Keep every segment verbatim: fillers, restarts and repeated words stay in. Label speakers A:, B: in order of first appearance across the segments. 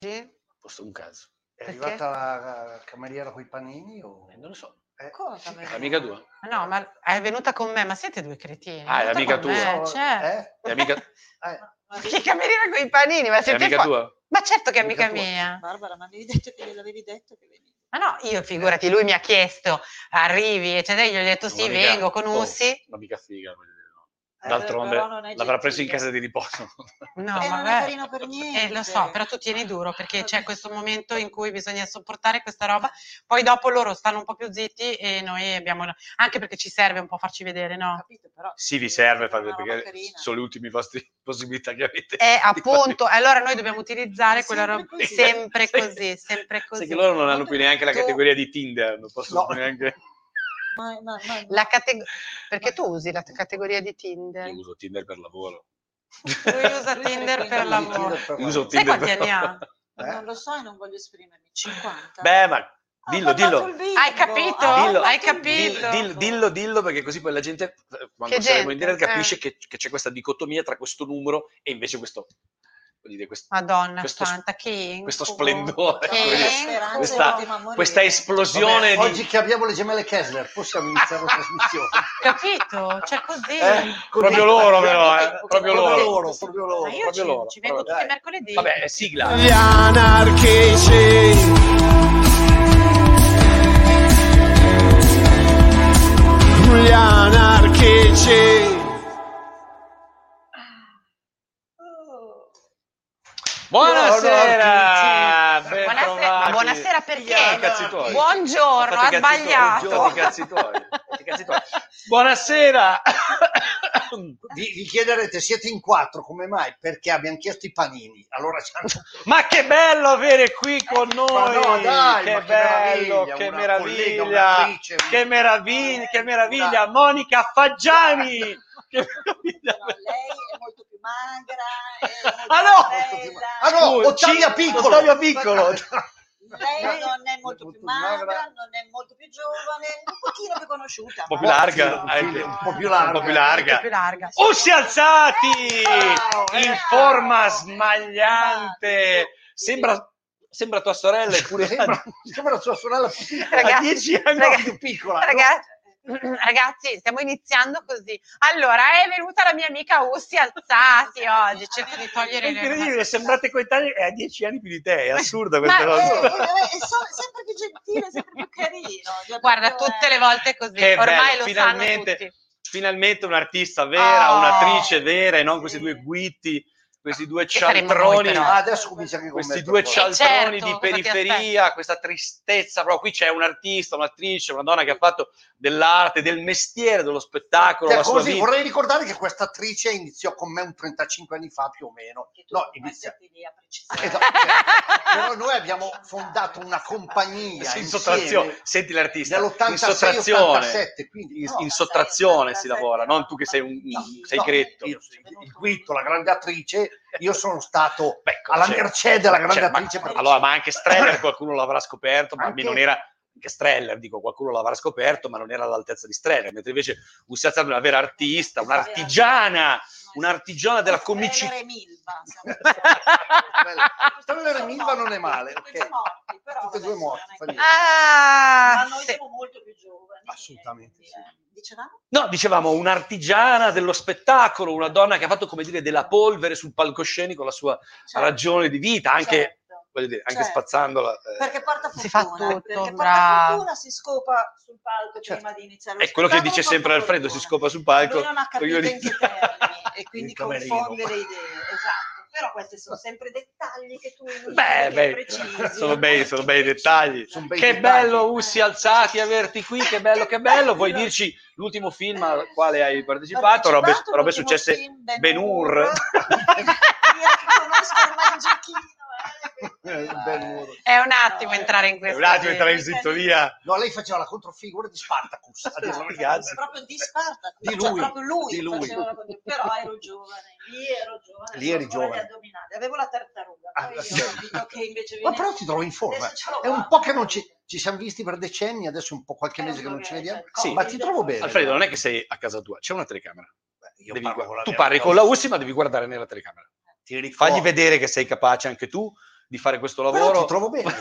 A: Posto un caso.
B: È arrivata la cameriera con i panini o...
A: Eh, non lo so.
B: Eh,
C: Cosa?
A: È amica tua?
C: No, ma è venuta con me, ma siete due cretini.
A: Ah, è
C: venuta
A: amica
C: con me,
A: tua.
C: certo.
B: Eh?
A: È amica,
B: Eh.
C: Ma che cameriera con i panini? Ma
A: è
C: siete
A: amica
C: fuori?
A: tua?
C: Ma certo che è
B: Amica
C: amica
B: tua.
C: mia.
D: Barbara, ma avevi detto che gliel'avevi detto che venivi.
C: Ma no, io figurati, lui mi ha chiesto, arrivi, eccetera, io gli ho detto sì,
A: Un'amica-
C: vengo con
A: oh,
C: Ussi.
A: Un'amica figa, voglio dire, no.
D: Eh,
A: D'altronde
D: però non è
A: l'avrà preso in
D: gentile.
A: casa di riposo.
C: No,
D: Eh,
C: ma
D: non
C: beh,
D: è carino per niente.
C: eh, lo so, però tu tieni duro perché c'è questo momento in cui bisogna sopportare questa roba, poi dopo loro stanno un po' più zitti e noi abbiamo, anche perché ci serve un po' farci vedere, no?
D: Capito, però
A: Sì, vi serve,
D: fare
A: fate-
D: una roba
A: perché
D: carina.
A: sono le ultime vostre possibilità che avete.
C: Eh,
A: di fare-
C: appunto, allora noi dobbiamo utilizzare
D: È
C: quella roba
D: sempre così.
C: sempre
A: Sai-
C: così, sempre così.
A: Sai che loro non hanno più neanche la
C: Tu-
A: categoria di Tinder, non possono
B: No.
A: più neanche...
D: Ma, ma, ma,
C: La categ- perché tu usi la categoria di Tinder?
A: Io uso Tinder per lavoro.
C: Lui usa
D: Lui
C: Tinder
D: per
C: per lavoro.
B: Tinder per
A: Io uso
B: lavoro.
C: Sai
A: Tinder
C: quanti
A: per
C: anni ha?
A: lavoro.
B: Eh?
D: non lo so e non voglio esprimermi. cinquanta.
A: Beh, ma
D: Ha
A: dillo,
D: parlato
A: dillo.
D: il bimbo,
C: Hai capito?
D: ha
A: Dillo.
D: parlato
C: Hai
D: il
C: capito?
A: Dillo, dillo, dillo, dillo, perché così poi la gente, eh, quando
C: Che
A: saremo in
C: gente,
A: diretta, capisce
C: eh.
A: che, che c'è questa dicotomia tra questo numero e invece questo, voglio dire, questo,
C: Madonna
A: questo,
C: santa, che incubo.
A: questo splendore,
C: Che
A: voglio dire,
C: incubo.
A: questa,
D: Prima morire.
A: questa esplosione
B: Vabbè,
A: di...
B: oggi che abbiamo le gemelle Kessler possiamo iniziare la trasmissione.
C: Capito? Cioè così.
A: Eh?
B: Così.
A: Proprio loro però, eh? proprio
B: Proprio
A: loro.
B: loro, proprio loro.
C: Ma io
A: proprio
C: ci,
A: loro,
C: ci vengo
A: proprio-
C: tutti i
A: dai.
C: mercoledì.
A: Vabbè, sigla.
E: Gli anarchici. Gli anarchici.
A: Buonasera! ben
C: Buonasera,
A: trovati.
C: ma buonasera perché?
A: Fatti i cazzi tuoi.
C: Buongiorno,
A: Fatti i
C: ha
A: cazzi tuoi.
C: sbagliato.
A: Fatti i cazzi tuoi. Fatti i cazzi tuoi. Buonasera!
B: Vi, vi chiederete, siete in quattro, come mai? Perché abbiamo chiesto i panini. Allora ci hanno...
A: Ma che bello avere qui con noi!
B: Ma no, dai,
A: che
B: ma che
A: bello,
B: meraviglia,
A: che
B: una
A: meraviglia!
B: collega, un'attrice, un-
A: che meraviglia, che meraviglia!
B: Una-
A: Monica Faggiani! Che meraviglia!
D: No, lei è molto più magra, è molto
A: Ah, no!
D: più bella.
B: Ah no,
A: Scusa,
B: Ottavia
A: ci-
B: Piccolo!
A: Ottavia Piccolo!
D: Lei non è molto più magra,
B: magra.
D: non è molto più giovane, un pochino più conosciuta.
A: Un po'
D: ma-
A: più larga,
B: Sì,
A: anche.
B: un po' più larga.
A: Un po' più larga.
C: Più larga.
A: Ussi alzati!
B: Bravo,
A: In
B: eh.
A: forma smagliante! Sembra, sembra tua sorella, eppure
B: Sembra, sembra sua sorella più piccola.
C: Ragazzi,
B: Ha dieci anni
C: ragazzi,
B: più piccola. no?
C: Ragazzi, ragazzi, stiamo iniziando così. Allora, è venuta la mia amica Ussi alzati oggi. Cerco di togliere
A: È
C: le
A: incredibile, sembrate coetanei e ha dieci anni più di te, è assurda
C: Ma-
A: questa
D: Eh,
A: cosa.
D: eh, eh, so- sempre più gentile, sempre più carino. Cioè,
C: Guarda,
D: proprio,
C: tutte
D: eh,
C: le volte così.
A: Che
C: Ormai
A: bello,
C: lo
A: finalmente,
C: sanno tutti.
A: finalmente un'artista vera,
C: Oh.
A: un'attrice vera e non questi due guitti, questi due
C: Che saremmo
A: cialtroni.
C: noi, però.
B: Ah, adesso comincia anche con
A: Questi
B: me,
A: due
B: per favore.
A: cialtroni
C: certo,
A: di
C: cosa ti
A: periferia, questa tristezza, però qui c'è un artista, un'attrice, una donna che ha fatto dell'arte, del mestiere, dello spettacolo,
B: Cioè,
A: la sua
B: così,
A: vita.
B: vorrei ricordare che questa attrice iniziò con me un trentacinque anni fa più o meno.
D: che tu
B: No,
D: puoi
B: inizia.
D: metterti lì a precisare.
B: Esatto, cioè, però noi abbiamo fondato una compagnia
A: Sì, in
B: insieme
A: sottrazione, senti l'artista, in
B: nell'ottantasei
A: sottrazione,
B: ottantasette, quindi
A: in,
B: no,
A: in sottrazione si
D: ottantasei,
A: lavora, non tu che sei un,
B: no,
A: sei
B: no,
A: gretto.
B: io, il Guitto, la grande attrice, io sono stato
A: Beh,
B: alla
A: cioè,
B: mercé della grande
A: cioè, ma-
B: attrice. per-
A: allora, ma anche Streller qualcuno l'avrà scoperto, ma
B: Anche-
A: non era anche Streller, dico, qualcuno l'avrà scoperto, ma non era all'altezza di Streller, mentre invece Ussi Alzati è una vera artista, un'artigiana, un'artigiana della comicità.
D: Streller e Milva, siamo
B: Streller e Milva non è male,
D: tutti
B: ok.
D: e due morti, però
B: Tutti e due
D: vabbè,
B: morti,
D: non è
B: fa
D: che-
B: niente.
C: Ah,
D: ma noi
C: sì.
D: siamo molto più giovani.
B: Assolutamente,
D: quindi, eh, Dicevamo?
A: No, dicevamo un'artigiana dello spettacolo, una donna che ha fatto, come dire, della polvere sul palcoscenico la sua
D: Certo.
A: ragione di vita, anche,
D: Certo.
A: voglio dire, anche
D: Certo.
A: spazzandola. eh.
D: Perché porta fortuna,
C: Si fa tutto,
D: perché porta
C: bravo.
D: fortuna, si scopa sul palco
B: Certo.
D: prima di iniziare lo
A: È quello che
D: spettacolo,
A: dice sempre
D: porta
A: Alfredo, si
D: fortuna.
A: scopa sul palco.
D: Lui non ha capito
A: voglio
D: in
A: dire-
D: che termini e quindi
B: Il camerino.
D: confonde le idee, esatto. Però questi sono sempre dettagli che tu
A: Beh,
D: che
A: beh,
D: precisi.
A: sono bei, sono bei dettagli.
B: Sono bei
A: Che
B: dettagli.
A: bello, Ussi Alzati, averti qui, che bello, che bello. Vuoi dirci l'ultimo film al quale hai partecipato? Robe,
D: Partecipato,
A: robe
D: l'ultimo
A: successe
D: film,
A: Ben-Hur.
D: Io che conosco ormai il giochino, eh,
B: Eh, Ben-Hur.
C: È un attimo entrare in
A: È
C: questo.
A: un attimo entrare in sintonia.
B: No, lei faceva la controfigura di Spartacus. Adesso ragazzi.
D: proprio di Spartacus,
B: Di
D: cioè
B: lui,
D: proprio lui,
B: di lui.
D: faceva la contro- però ero giovane, lì ero giovane,
B: Lì eri
D: avevo gli
B: giovane.
D: addominali, avevo la tartaruga, poi
B: Ah,
D: io
B: sì.
D: ho capito che invece
B: Ma
D: viene...
B: però ti trovo in forma.
D: Adesso ce l'ho
B: È un
D: fatta.
B: po' che non ci, ci siamo visti per decenni, adesso è un po' qualche
D: È
B: mese
D: un
B: che
D: po'
B: non ci
D: che-
B: vediamo.
D: cioè,
A: Sì.
B: Ma ti trovo bene.
A: Alfredo, non è che sei a casa tua, c'è una telecamera.
B: Io
A: Devi
B: parlo
A: gua-
B: con la
A: tu
B: mia
A: parli
B: amica
A: con la
B: Ussi.
A: Ussi, ma devi guardare nella telecamera.
B: Ti ricordo.
A: Fagli vedere che sei capace anche tu di fare questo
B: Però
A: lavoro.
B: ti trovo bene.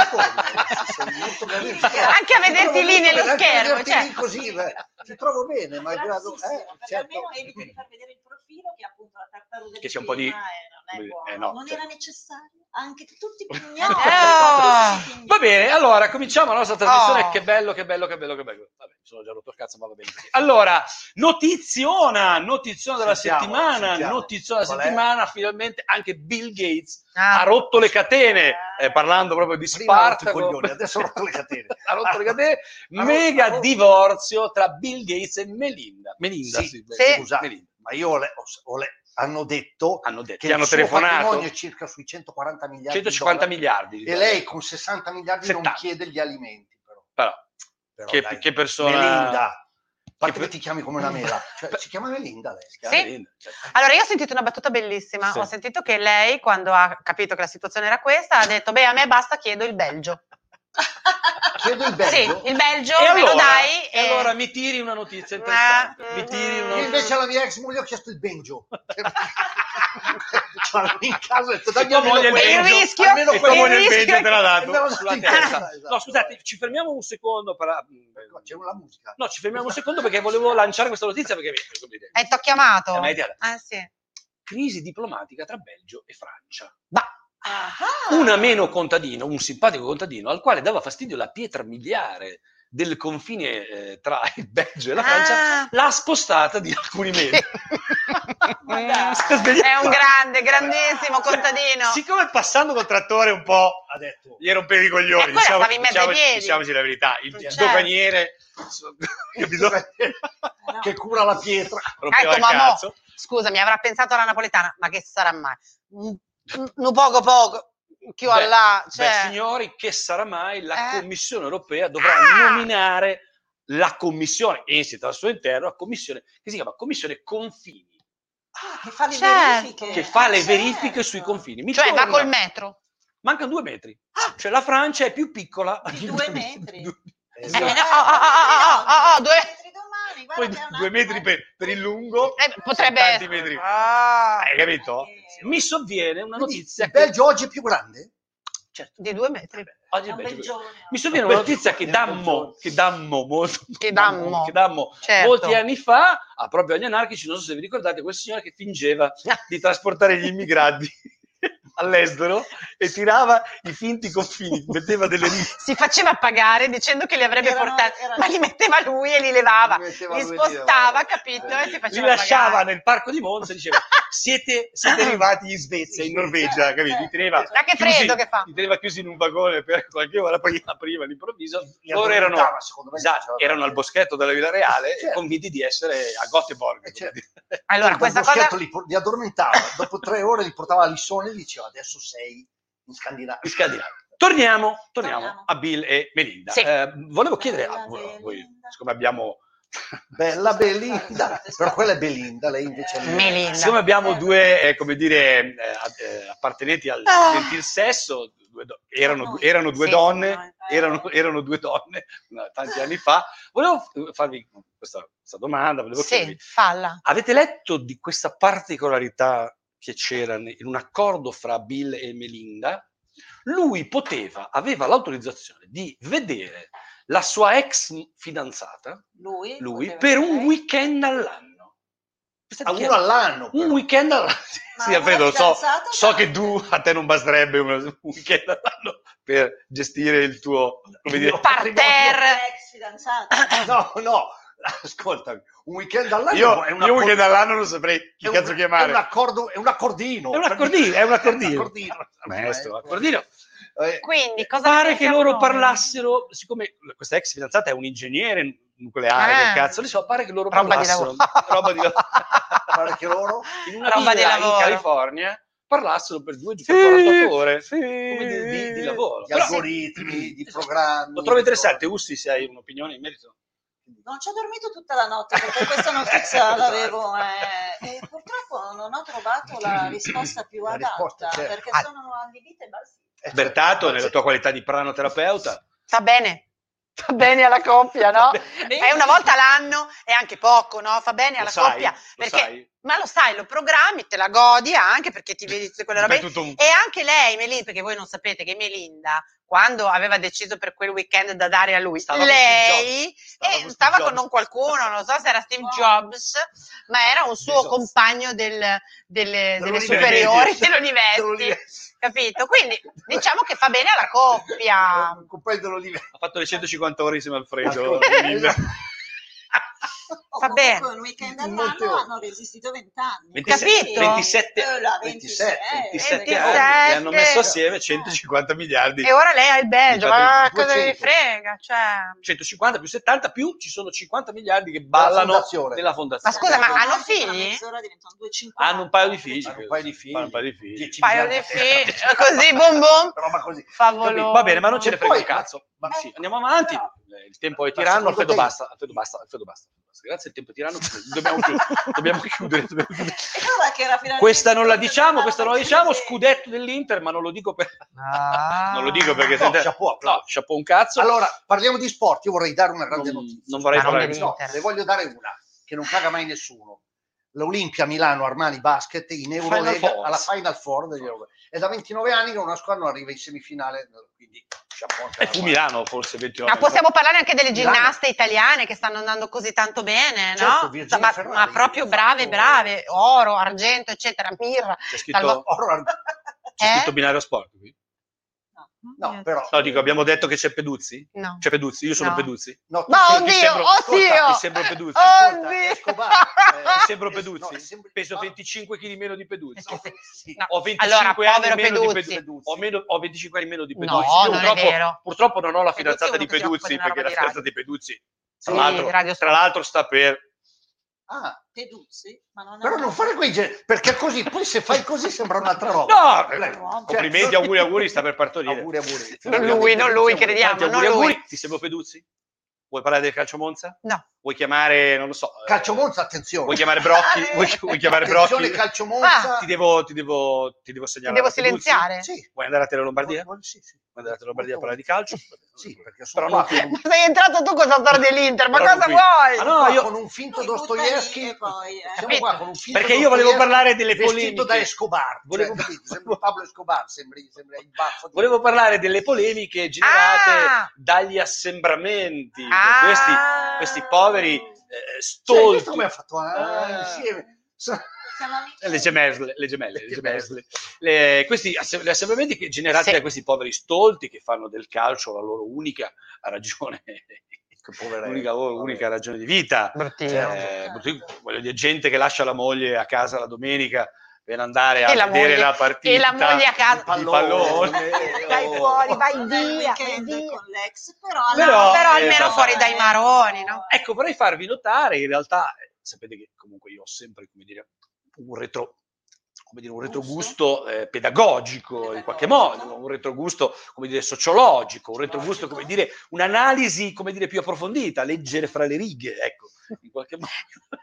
B: Sei molto carino.
C: Anche a vederti lì nello
B: Anche a
C: schermo,
B: vederti
C: cioè.
B: lì così, beh, ti trovo bene, malgrado...
D: Grazie,
B: Eh,
D: perché
B: certo.
D: almeno eviti di far vedere il profilo che appunto la tartaruga
A: Che
D: di
A: sia un po' di-
D: prima e non è buono.
A: eh, no,
D: non
A: cioè.
D: era necessario, anche tutti i pignoli.
C: Ah.
A: Va bene, allora cominciamo la nostra trasmissione.
C: Oh.
A: Che bello, che bello, che bello, che bello. Vabbè, mi sono già rotto il cazzo, ma va bene così. Allora, notiziona, notiziona della
B: Sentiamo,
A: settimana,
B: sentiamo.
A: notiziona della
B: Qual è?
A: settimana, finalmente anche Bill Gates
C: Ah.
A: ha rotto le catene, eh, parlando proprio di
B: Prima ha rotto i
A: Spartaco.
B: coglioni, adesso ha rotto le catene.
A: Ha rotto le catene.
B: Ha rotto-
A: Mega
B: ha rotto-
A: divorzio tra Bill Gates e Melinda. Melinda,
B: Sì,
A: sì,
C: sì.
B: Scusa,
A: Melinda.
B: ma io ho le- ho- ho le- hanno detto
A: Hanno detto,
B: che
A: ti hanno
B: il suo
A: telefonato.
B: patrimonio è circa sui centoquaranta miliardi
A: centocinquanta
B: di
A: miliardi. di
B: dollari. E
A: dollari.
B: lei con sessanta miliardi
A: settanta.
B: non chiede gli alimenti, però.
A: Però,
B: Però,
A: che,
B: dai,
A: che persona...
B: Melinda, a parte
A: che
B: che
A: per-
B: ti chiami come una mela, cioè, si chiama Melinda lei.
A: Si chiama
C: Sì.
A: Melinda, cioè.
C: Allora, io ho sentito una battuta bellissima.
A: Sì.
C: Ho sentito che lei, quando ha capito che la situazione era questa, ha detto: beh, a me basta, chiedo il Belgio.
B: Chiedo il
C: Sì,
B: Belgio.
C: il Belgio
A: E
C: me
A: allora,
C: lo dai.
A: e allora mi tiri una notizia interessante.
C: Eh,
A: mi tiri una
B: Io invece alla mia ex moglie ho chiesto il Benjo. Cioè, in casa ho detto, dagli
A: tua moglie
B: almeno
A: il
B: quello,
C: Benjo, rischio-
B: almeno
A: e tua
B: quello.
C: il
A: moglie il
C: rischio
A: Benjo te l'ha
B: E me lo
A: dato
B: dai
A: sulla
B: in
A: testa.
B: casa, esatto.
A: No, scusate, ci fermiamo un secondo per...
B: C'è una musica.
A: No, ci fermiamo un secondo perché volevo lanciare questa notizia perché...
C: Eh, t'ho chiamato.
A: Eh, ma hai detto-
C: Eh, sì.
A: Crisi diplomatica tra Belgio e Francia.
C: Bah.
A: Una meno contadino, un simpatico contadino al quale dava fastidio la pietra miliare del confine eh, tra il Belgio e la Francia,
C: Ah.
A: l'ha spostata di alcuni metri.
D: Ma dai.
A: Si è svegliato.
C: È un grande, grandissimo contadino.
A: Siccome passando col trattore un po'
B: Ha detto,
A: gli rompevi i coglioni,
C: Eh, quella
A: diciamo,
C: stava in mezzo ai
A: diciamoci,
C: piedi.
A: diciamoci la verità, il
C: Certo.
A: doganiere so- capito?
B: che cura la pietra.
A: rompeva
C: Ecco,
A: il
C: ma mo,
A: cazzo.
C: scusami, avrà pensato alla napoletana, ma che sarà mai? Un un poco poco, più
A: Beh,
C: là,
A: beh,
C: cioè...
A: signori, che sarà mai? La
C: Eh.
A: Commissione europea dovrà
C: Ah!
A: nominare la commissione, insita al suo interno, la commissione che si chiama Commissione Confini,
D: Ah, che fa le
C: Certo.
D: verifiche.
A: che fa le
D: Ah,
A: verifiche
D: certo.
A: sui confini. Mi
C: Cioè, va
A: torna-
C: col metro.
A: Mancano due metri. Cioè la Francia è più piccola.
D: Di due metri.
C: Eh,
B: Esatto.
C: no, oh, oh, oh, oh, oh, due-
D: metri domani, guarda
A: Poi
D: che è un
A: due
D: attimo,
A: metri
D: eh.
A: per, per il lungo,
C: Eh, potrebbe
A: tanti
C: essere.
A: metri.
C: Ah,
A: Hai capito?
D: Eh,
A: Mi sovviene una
B: Quindi
A: notizia
B: il
A: che...
B: Belgio oggi è più grande?
A: Certo.
C: di due metri.
A: Oggi
D: È
A: è
D: un
A: Belgio.
D: belgione.
A: Mi sovviene una notizia che dammo, che dammo molto,
C: Che dammo.
A: che dammo
C: Certo.
A: molti anni fa, a proprio agli anarchici, non so se vi ricordate, quel signore che fingeva di trasportare gli immigrati all'estero e tirava i finti confini, metteva delle righe.
C: Si faceva pagare dicendo che li avrebbe
D: Erano-
C: portati,
D: erano-
C: ma li metteva lui e li levava,
B: Li metteva
C: li
B: lui e
C: spostava,
B: tirava.
C: capito? E si
A: Li
C: faceva
A: lasciava
C: pagare.
A: nel parco di Monza e diceva siete, siete arrivati in Svezia, in Norvegia, capito? Li teneva,
C: Ma che
A: chiusi,
C: freddo che fa.
A: li teneva chiusi in un vagone per qualche ora, poi apriva all'improvviso.
B: Li
A: Loro erano,
B: addormentava, secondo me,
A: esatto,
B: faceva-
A: erano al boschetto della Villa Reale,
B: Certo.
A: convinti di essere a Göteborg.
B: Eh, certo.
C: Allora,
B: Dal
C: questa
B: boschetto
C: cosa...
B: li, por- li addormentava, dopo tre ore li portava a Lissone e gli diceva adesso sei in Scandinavia.
A: In Scandinavia. Torniamo, torniamo
D: Torniamo.
A: a Bill e Melinda.
C: Sì.
A: Eh, volevo chiedere
D: Bella
A: a voi,
D: Belinda.
A: siccome abbiamo
B: Bella Belinda, però quella è Belinda, lei invece è
C: Melinda.
A: siccome abbiamo due, eh, come dire, eh, a- eh, appartenenti al
C: Ah.
A: gentil sesso, due do- erano,
D: Noi.
A: erano due
C: Sì,
A: donne,
C: noi.
A: erano, erano due donne no, tanti anni fa. Volevo farvi questa, questa domanda, volevo
C: Sì,
A: chiedervi,
C: falla.
A: avete letto di questa particolarità che c'era in un accordo fra Bill e Melinda? Lui poteva, aveva l'autorizzazione di vedere la sua ex fidanzata,
D: Lui,
A: lui,
D: poteva
A: per un
D: vedere.
A: weekend all'anno.
B: a uno all'anno.
A: Un
B: però.
A: weekend all'anno.
D: Ma
A: Sì,
D: una
A: Alfredo, so,
D: fidanzata
A: so che
D: tante.
A: tu, a te non basterebbe un un weekend all'anno per gestire il tuo, come dire,
C: Parterre.
D: Ex fidanzata.
B: No, no, ascoltami, un weekend all'anno
A: io,
B: è un
A: io un weekend
B: accor-
A: all'anno non saprei chi
B: è un-
A: cazzo chiamare.
B: È un accordo, è un accordino.
A: È un accordino, è un accordino.
B: È un accordino.
A: Maestro, accordino.
B: Eh,
C: Quindi, cosa
A: Pare
C: ne
A: che
C: pensiamo
A: loro
C: noi?
A: parlassero, siccome questa ex fidanzata è un ingegnere nucleare,
C: Ah.
A: del cazzo, ne so, pare che loro
C: Roba di
A: parlassero
C: lavoro.
A: roba di lavoro.
B: pare che loro
A: in una
C: Roba di
A: villa in
C: lavoro.
A: California parlassero per due quarantotto ore
C: sì.
A: come di, di- di lavoro.
B: di
A: Però-
B: algoritmi, di programmi.
A: Lo trovo interessante, Ussi, se hai un'opinione in merito.
D: Non ci ho dormito tutta la notte perché questa notizia l'avevo eh, e purtroppo non ho trovato la risposta più
B: La
D: adatta
B: risposta, certo.
D: perché
C: Ah.
D: sono ambibite e basite.
B: Eh,
A: Bertato,
B: cioè,
A: nella tua qualità di pranoterapeuta,
C: Sta bene. fa bene alla coppia, no?
A: bene.
C: È una volta l'anno, è anche poco, no? Fa bene
A: Lo
C: alla
A: sai,
C: coppia.
A: lo
C: Perché,
A: sai.
C: ma lo sai, lo programmi, te la godi anche perché ti vedi tutte quelle robe.
A: Fai tutto un-
C: E anche lei, Melinda, perché voi non sapete che Melinda, quando aveva deciso per quel weekend da dare a lui,
A: Stava con
C: lei
A: Steve Jobs. Stava
C: eh,
A: con Steve
C: stava con
A: Jobs.
C: non qualcuno, non so se era Steve Jobs, ma era un suo
A: Bezos.
C: compagno del- delle, delle
B: Dell'università.
C: superiori
A: Dell'università.
C: dell'università.
B: Dell'università.
C: Capito? Quindi diciamo che fa bene alla coppia.
B: Un compagno dell'università.
A: Ha fatto le centocinquanta ore insieme a Alfredo.
B: Ascolta,
A: Melinda.
D: O
C: Va
D: comunque
C: bene.
D: un weekend
B: Molte
D: all'anno
B: ore.
D: hanno resistito vent'anni.
A: ventisette,
C: Capito?
A: ventisette,
D: Eh, la
B: ventisette,
A: ventisette
C: ventisette.
A: anni e hanno messo assieme centocinquanta miliardi.
C: E ora lei ha il Belgio,
A: Di
C: ma
B: fatto,
C: cosa vi
B: duecento.
C: frega? Cioè...
A: centocinquanta più settanta più ci sono cinquanta miliardi che ballano
B: fondazione.
A: nella fondazione.
C: Ma scusa, ma hanno
D: Tra
C: figli?
D: mezz'ora diventano duecentocinquanta.
A: Hanno un paio di figli.
B: Hanno un paio di figli.
A: Fanno un paio di figli.
B: Dieci
C: Un paio di
B: miliardi.
C: figli, così bom bom,
B: Roba così.
C: favoloso.
A: Va bene, ma non ce ne
B: E
A: frega
B: poi-
A: un cazzo.
B: ma-
A: Sì, andiamo avanti. Il tempo è
B: Ma
A: tiranno.
B: secondo
A: Alfredo
B: te-
A: basta. Alfredo basta. Alfredo basta. Grazie, il tempo è tiranno. Dobbiamo chiudere. dobbiamo chiudere, dobbiamo chiudere.
D: E allora che era finalmente
A: Questa non la
D: pronta
A: diciamo,
D: per
A: questa non la
D: la
A: diciamo.
D: partita.
A: Scudetto dell'Inter, ma non lo dico per.
C: Ah.
A: Non lo dico perché
B: No,
A: sente-
B: chapeau,
A: no, chapeau un cazzo.
B: Allora, parliamo di sport. Io vorrei dare una grande
A: non,
B: notizia.
A: non vorrei
C: Ma non
A: parlare
C: devi-
A: di
B: No,
C: Inter.
B: ne voglio dare una che non caga mai nessuno. L'Olimpia Milano Armani Basket in Eurolega
A: Final Four.
B: alla Final Four degli Europei. È da ventinove anni che una squadra non arriva in semifinale, quindi chapeau anche
A: E
B: alla
A: fu
B: Milano.
A: Milano forse ventinove
C: Ma possiamo parlare anche delle
B: Milano.
C: ginnaste italiane che stanno andando così tanto bene,
B: Certo,
C: no?
B: Virginia
C: Ma,
B: Ferrari,
C: ma proprio
B: ha
C: brave,
B: fatto-
C: brave, oro, argento, eccetera, mirra.
A: C'è scritto,
C: Talvo-
B: Ora-
A: c'è
C: Eh?
A: scritto binario sport qui?
B: No, però
A: No, dico, abbiamo detto che c'è Peduzzi?
C: No.
A: C'è Peduzzi, io sono
C: No.
A: Peduzzi.
B: no, tu
C: Ma
B: sei-
A: ti
C: oddio,
A: sembro-
C: oddio!
A: ti sembro Peduzzi.
B: ascolta,
C: Oddio!
B: Escobar,
A: Ti
B: eh,
A: sembro
B: es-
A: Peduzzi?
B: no, sembri-
A: Peso
B: no,
A: venticinque chili meno di Peduzzi.
B: no, sì.
C: No.
A: Ho venticinque
C: Allora,
A: anni
C: povero
A: meno di
C: Peduzzi.
A: Peduzzi. Ho, meno- ho venticinque anni meno di
C: No,
A: Peduzzi.
C: non
A: Io
C: è
A: purtroppo,
C: vero.
A: purtroppo non ho la
C: Peduzzi è
A: fidanzata
C: uno
A: di
C: che si occupa
A: Peduzzi,
C: di una
A: perché
C: roba
A: la
C: di
A: fidanzata
C: radio.
A: di Peduzzi,
C: Sì,
A: tra l'altro,
C: Radio
A: tra
C: Sport.
A: l'altro sta per...
B: Ah,
D: Peduzzi, ma non è
B: però
D: un
B: non
D: uomo.
B: fare quei ge- perché così poi se fai così sembra un'altra roba.
A: No,
B: Prego. Cioè,
A: complimenti, auguri, auguri, sta per partorire.
B: auguri, auguri.
C: Non lui, non lui, crediamo,
A: Tanti
C: non
A: auguri,
C: lui.
A: auguri. Ti sembro Peduzzi? Vuoi parlare del calcio Monza?
C: No.
A: Vuoi chiamare, non lo so... eh,
B: Calcio Monza, attenzione.
A: Vuoi chiamare Brocchi? Vuoi, vuoi chiamare
B: Attenzione,
A: Brocchi?
B: Calcio Monza.
A: Ti devo, ti devo, ti devo
C: Ti
A: segnalare.
C: devo
A: Peduzzi?
C: silenziare?
B: Sì.
A: Vuoi andare a Tele Lombardia?
B: Vuoi- Sì, sì.
A: Vuoi andare a Tele Lombardia a parlare di calcio?
B: Sì, perché sono
A: Però
B: qua
A: non-
B: con,
C: Ma sei entrato tu con la storia dell'Inter, ma
A: Però
C: cosa
A: qui-
C: vuoi?
A: Ah, no,
B: qua
A: io-
B: con un finto
D: Lui butta
B: Dostoevsky.
D: lì e poi, eh.
B: Siamo
C: Capito?
B: qua con un finto
A: Perché io volevo
B: Dostoevsky
A: parlare delle
B: vestito
A: polemiche.
B: da Escobar.
A: Volevo-
B: Cioè, capito? Sembra Pablo Escobar, sembri, sembra il baffo di-
A: Volevo parlare delle polemiche generate
C: Ah!
A: dagli assembramenti. che
C: Ah!
A: Questi, questi poveri eh,
B: Cioè, hai
A: stolti.
B: visto come ha fatto ah,
A: Ah.
B: insieme? So-
D: Siamo amici.
A: Eh, Le gemelle, le gemelle, le
B: Le
A: gemelle. Le- questi asse- gli assembramenti che generati
C: Sì.
A: da questi poveri stolti che fanno del calcio la loro unica ragione,
B: poverello,
A: unica,
B: poverello.
A: unica ragione di vita.
C: Bruttino.
A: Eh, voglio dire, gente che lascia la moglie a casa la domenica per andare a
C: E la
A: vedere
C: moglie-
A: la partita
C: e la moglie a casa.
A: di
B: Pallone.
A: pallone.
C: Dai
B: Oh.
C: fuori, vai
D: Non è il
C: via, vai
D: weekend
C: via.
D: con l'ex, però,
A: Però-
D: alla-
C: Però almeno
A: esatto.
C: fuori dai maroni, no?
A: Ecco, vorrei farvi notare, in realtà, eh, sapete che comunque io ho sempre, come dire, un retro, come dire, un retrogusto eh, pedagogico in qualche modo, un retrogusto, come dire, sociologico, un retrogusto, come dire, un'analisi, come dire, più approfondita, leggere fra le righe, ecco, in qualche modo.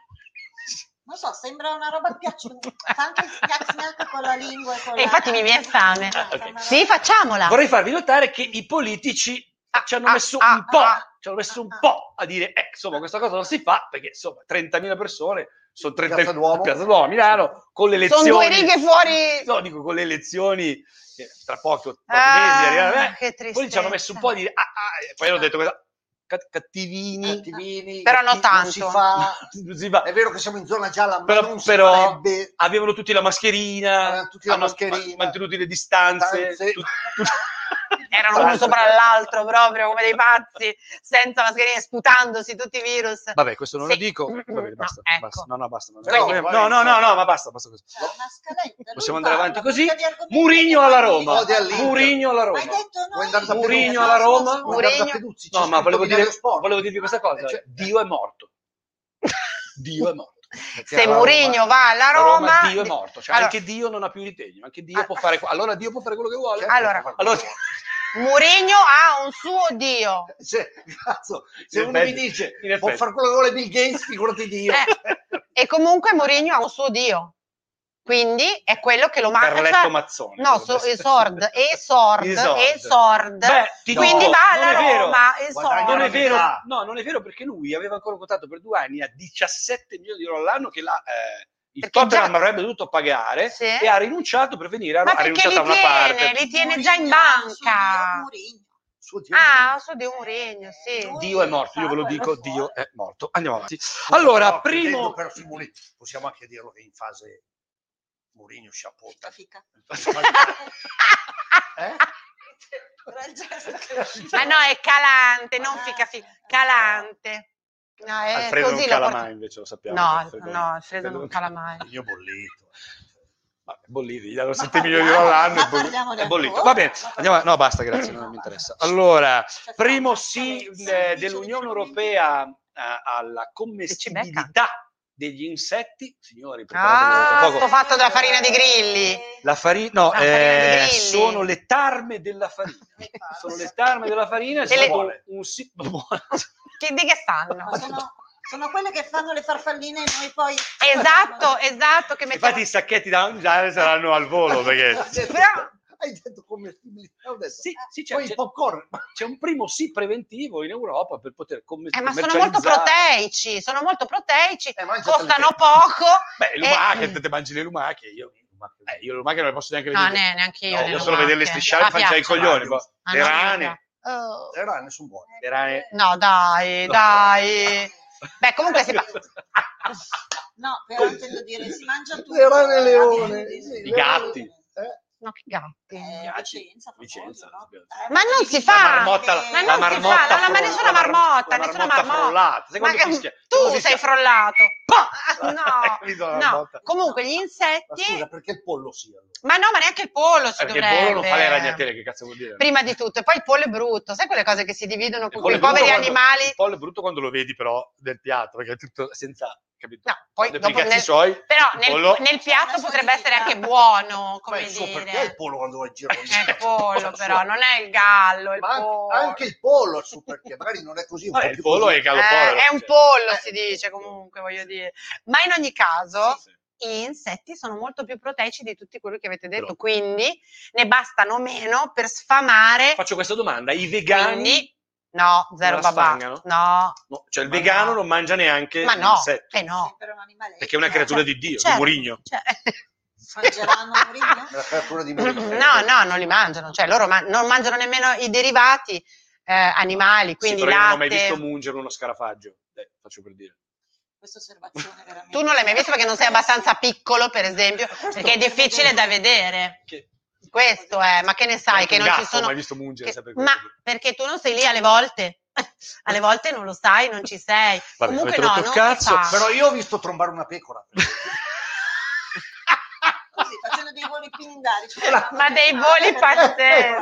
D: non so, sembra una roba piaciuta. Fa anche snack snack con la lingua e con
C: E
D: la-
C: infatti mi viene fame.
A: Ah, ok.
D: Fa una
C: Sì, facciamola.
A: Vorrei farvi notare che i politici ci hanno
C: ah,
A: messo
C: ah,
A: un po',
C: ah.
A: ci hanno messo un po' a dire, eh, insomma, questa cosa non si fa, perché, insomma, trentamila persone sono trenta
B: Piazza Duomo.
A: Piazza Duomo a Milano, con le elezioni...
C: Sono due righe fuori.
A: No, dico con le elezioni, eh, tra poco, pochi
C: Ah,
A: mesi arriverà, eh,
C: che
A: poi ci
C: tristezza.
A: hanno messo un po' di... Ah, ah, e poi hanno detto questa, cat- cattivini,
B: Cattivini,
C: Però non
B: cattivi,
C: tanto.
B: si fa.
A: non si va.
B: È vero che siamo in zona gialla, ma
A: Però-
B: non si
A: però-
B: farebbe.
A: Avevano tutti la mascherina,
B: Avevano tutti la
A: hanno
B: mascherina.
A: ma- mantenuti le distanze,
B: Distanze.
A: tut- tut-
C: Erano uno sopra l'altro proprio come dei pazzi, senza mascherine, sputandosi tutti i virus.
A: Vabbè, questo non
C: Sì.
A: lo dico. Va bene,
C: No,
A: basta,
C: ecco.
A: basta. No, no, basta. No,
B: Però,
A: no,
B: vai,
A: no, no, no, no, ma basta, basta così.
D: C'è una scaletta, lui
A: Possiamo
D: parla,
A: andare avanti così.
D: butta di argomenti
A: Murigno
D: che
A: alla
D: poi
A: Roma.
B: Ode all'Inter.
A: Murigno alla
D: Hai
A: Roma.
D: detto noi.
B: Vuoi andare da
A: Murigno
B: Peduzzi?
A: alla Roma?
B: Vuoi andare da
C: Murigno.
B: Peduzzi? C'è
A: No, ma
B: scritto
A: volevo dire,
B: Binario Sport.
A: volevo dirvi questa cosa.
B: Cioè,
A: Dio è morto. Dio è morto.
B: perché
C: Se
B: la
C: Mourinho va alla
A: La
C: Roma,
A: Dio è morto. Cioè,
C: allora,
A: anche Dio non ha più ritegno. Anche Dio
C: Ah.
A: può fare... Allora Dio può fare quello che vuole.
B: Certo,
C: Allora,
B: fa quello
A: allora-
B: che vuole.
C: Mourinho ha un suo dio.
B: Se, cazzo, se
A: In
B: uno
A: effetti,
B: mi dice
A: in
B: può
A: effetti.
B: fare quello che vuole Bill Gates, figurati Dio.
C: Eh, e comunque Mourinho ha un suo dio. Quindi è quello che lo manca.
A: Carletto
C: Cioè,
A: Mazzoni.
C: no, so, Esord, Esord,
A: Esord.
C: Esord.
A: Beh, ti
C: Quindi
A: dico,
C: va
A: non
C: alla
A: è vero.
C: Roma,
B: Guadagna
C: Esord.
A: Non
B: la
A: è vero,
B: metà.
A: no, non è vero perché lui aveva ancora un contratto per due anni a diciassette milioni di euro all'anno che la, eh, il
C: Perché
A: Tottenham
C: già-
A: avrebbe dovuto pagare
C: Sì.
A: e ha rinunciato per venire a
C: Ma
A: Roma. Ha
C: perché
A: rinunciato
C: li
A: a una
C: tiene,
A: parte.
C: li tiene già in
D: Mourinho,
C: banca.
D: su Dio,
B: Suo Dio
C: Ah, so di un regno, sì.
D: Lui
A: Dio è morto, io ve lo
D: fa
A: dico,
D: quello
A: Dio
D: fuori.
A: è morto. Andiamo avanti.
B: Scusa,
A: Allora,
B: però, chiudendo
A: primo...
B: per Simoni, possiamo anche dirlo che in fase Mourinho sciappota.
D: Fica,
B: Eh?
D: Era il gesto che è uscito.
C: Ma no, è calante, non fica fica, calante. No, è
A: Alfredo
C: così
A: non
C: lo
A: cala
C: porta-
A: mai, invece lo sappiamo.
C: No,
A: Alfredo
C: no, Alfredo non cala mai.
B: Il mio bollito.
A: Vabbè, bollito, gli danno
D: Ma
A: sette milioni di euro
D: parliamo-
A: all'anno
D: ma
A: e bollito.
D: parliamo di
A: È bollito.
D: ancora?
A: Va bene,
D: Ma
A: andiamo a-
D: parliamo-
A: no basta, grazie, non
D: No,
A: mi interessa.
D: basta.
A: Allora,
D: C'è
A: primo
D: stata
A: sì
D: scadenza,
A: eh,
D: dice
A: dell'Unione
D: di
A: Europea eh, alla commestibilità degli insetti, signori, preparate
C: Ah,
A: tra poco.
C: sto fatto della farina di grilli.
A: La farina, no,
C: La farina di
A: eh,
C: grilli.
A: sono le tarme della farina. Sono le tarme della farina. È
C: E le-
A: stato un sì.
C: Che, di che stanno?
D: Ma sono, sono quelle che fanno le farfalline e noi poi...
C: Esatto, esatto, che mettiamo...
A: Infatti i sacchetti da mangiare saranno al volo perché
C: Però-
B: Hai detto commestibilità, ho detto.
A: sì, sì, c'è,
B: Poi
A: c'è-
B: il popcorn.
A: c'è un primo sì preventivo in Europa per poter come-
C: Eh, ma sono
A: commercializzare.
C: molto proteici, sono molto proteici,
B: Eh, mangiatele
C: costano
B: te.
C: poco.
A: Beh, le
C: e-
A: lumache, te, te mangi le lumache, io, eh, io le lumache non le posso neanche
C: No,
A: vedere.
C: ne- neanche io.
A: No,
C: le
A: io solo
C: lumache.
A: vederle strisciare
C: Ah,
A: mi faccia il
C: piacciono.
A: coglione. poi.
C: Ah,
A: Le
C: no, non mi
A: rane,
C: piace. Oh.
B: Le rane sono buone.
A: le rane.
C: No, dai,
A: No.
C: dai. Beh, comunque si fa...
D: No, però intendo dire, si mangia tutto.
B: Le rane e
D: eh,
B: leone.
D: abbiamo
B: Sì,
A: I gatti.
B: Eh?
C: No, che gatti.
D: Eh,
A: Gatti.
D: Vicenza, famoso,
A: Vicenza,
D: no?
A: sappiamo.
D: Eh,
C: Ma non si fa.
A: La marmotta,
C: Ma
A: la
C: non si
A: marmotta
C: fa, no, no, ma
A: fro-
C: nessuna
A: la mar-
C: marmotta,
A: la
C: nessuna
A: marmotta
C: marmotta.
A: frollata. Sai
C: Ma
A: quando
C: che-
A: fischia?
C: tu
A: Quando
C: sei
A: fischia?
C: frollato.
A: Hai
C: No,
A: capito la
C: no.
A: marmotta?
C: Comunque gli
B: Ma
C: insetti...
B: scusa, perché il pollo sì allora?
C: Ma no, ma neanche il pollo si
A: Perché il
C: dovrebbe.
A: pollo non fa le ragnatele, che cazzo vuol dire?
C: Prima di tutto, e poi il pollo è brutto. Sai quelle cose che si dividono
A: Il
C: con
A: pollo
C: quei
A: è brutto
C: poveri
A: quando-
C: animali?
A: Il pollo è brutto quando lo vedi però del piatto, perché è tutto senza, capito?
C: No, poi
A: Quando
C: dopo
A: per i cazzi
C: nel-
A: suoi,
C: Però
A: il
C: nel,
A: pollo-
C: nel piatto
D: Adesso
C: potrebbe
D: vedi,
C: essere anche
D: guarda.
C: buono,
B: Ma
C: come
B: il suo perché è il
C: dire.
B: pollo quando vai in giro?
C: È il pollo,
B: Cosa
C: però,
B: sua?
C: non è il gallo, è il
B: Ma anche,
C: pollo.
B: anche il pollo ha il suo perché, magari non è così un
A: Vabbè,
B: po'
A: il
B: più
A: pollo
B: così.
A: è gallo
C: Eh,
A: povero.
C: è un
A: cioè.
C: pollo, si dice comunque, voglio dire. Ma in ogni caso,
A: Sì, sì.
C: gli insetti sono molto più proteici di tutti quelli che avete detto,
A: Però-
C: quindi ne bastano meno per sfamare.
A: Faccio questa domanda, i vegani,
C: Quindi, no, zero
A: Non la
C: babà.
A: sfangano?
C: No,
A: no, cioè il
C: Ma
A: vegano
C: no.
A: non mangia neanche
C: ma
A: gli
C: no,
A: insetti,
C: eh no.
D: Sempre un animaletto.
A: perché è una creatura di Dio,
C: Certo,
A: di Murigno.
C: cioè-
D: Mangeranno Mourinho?
B: È la creatura di Mourinho.
C: No, no, non li mangiano, cioè loro ma- non mangiano nemmeno i derivati eh, animali,
A: Sì,
C: quindi
A: però io non ho mai
C: latte.
A: visto mungere uno scarafaggio, eh, faccio per dire.
D: Questa osservazione veramente.
C: Tu non l'hai mai visto perché non sei abbastanza piccolo, per esempio, perché è difficile da vedere.
A: Che-
C: Questo è, ma che ne sai
A: Anche
C: che
A: un
C: non ci
A: gatto ho
C: sono...
A: mai visto mungere,
C: che-
A: sempre
C: Ma
A: questo.
C: perché tu non sei lì alle volte? Alle volte non lo sai, non ci sei.
A: Vabbè,
C: Comunque
A: avete
C: no,
A: rotto
C: non
A: il
C: si
A: cazzo,
C: fa.
B: Però io ho visto trombare una pecora.
D: Così, facendo dei voli pindari.
C: Ma dei voli pazzeschi.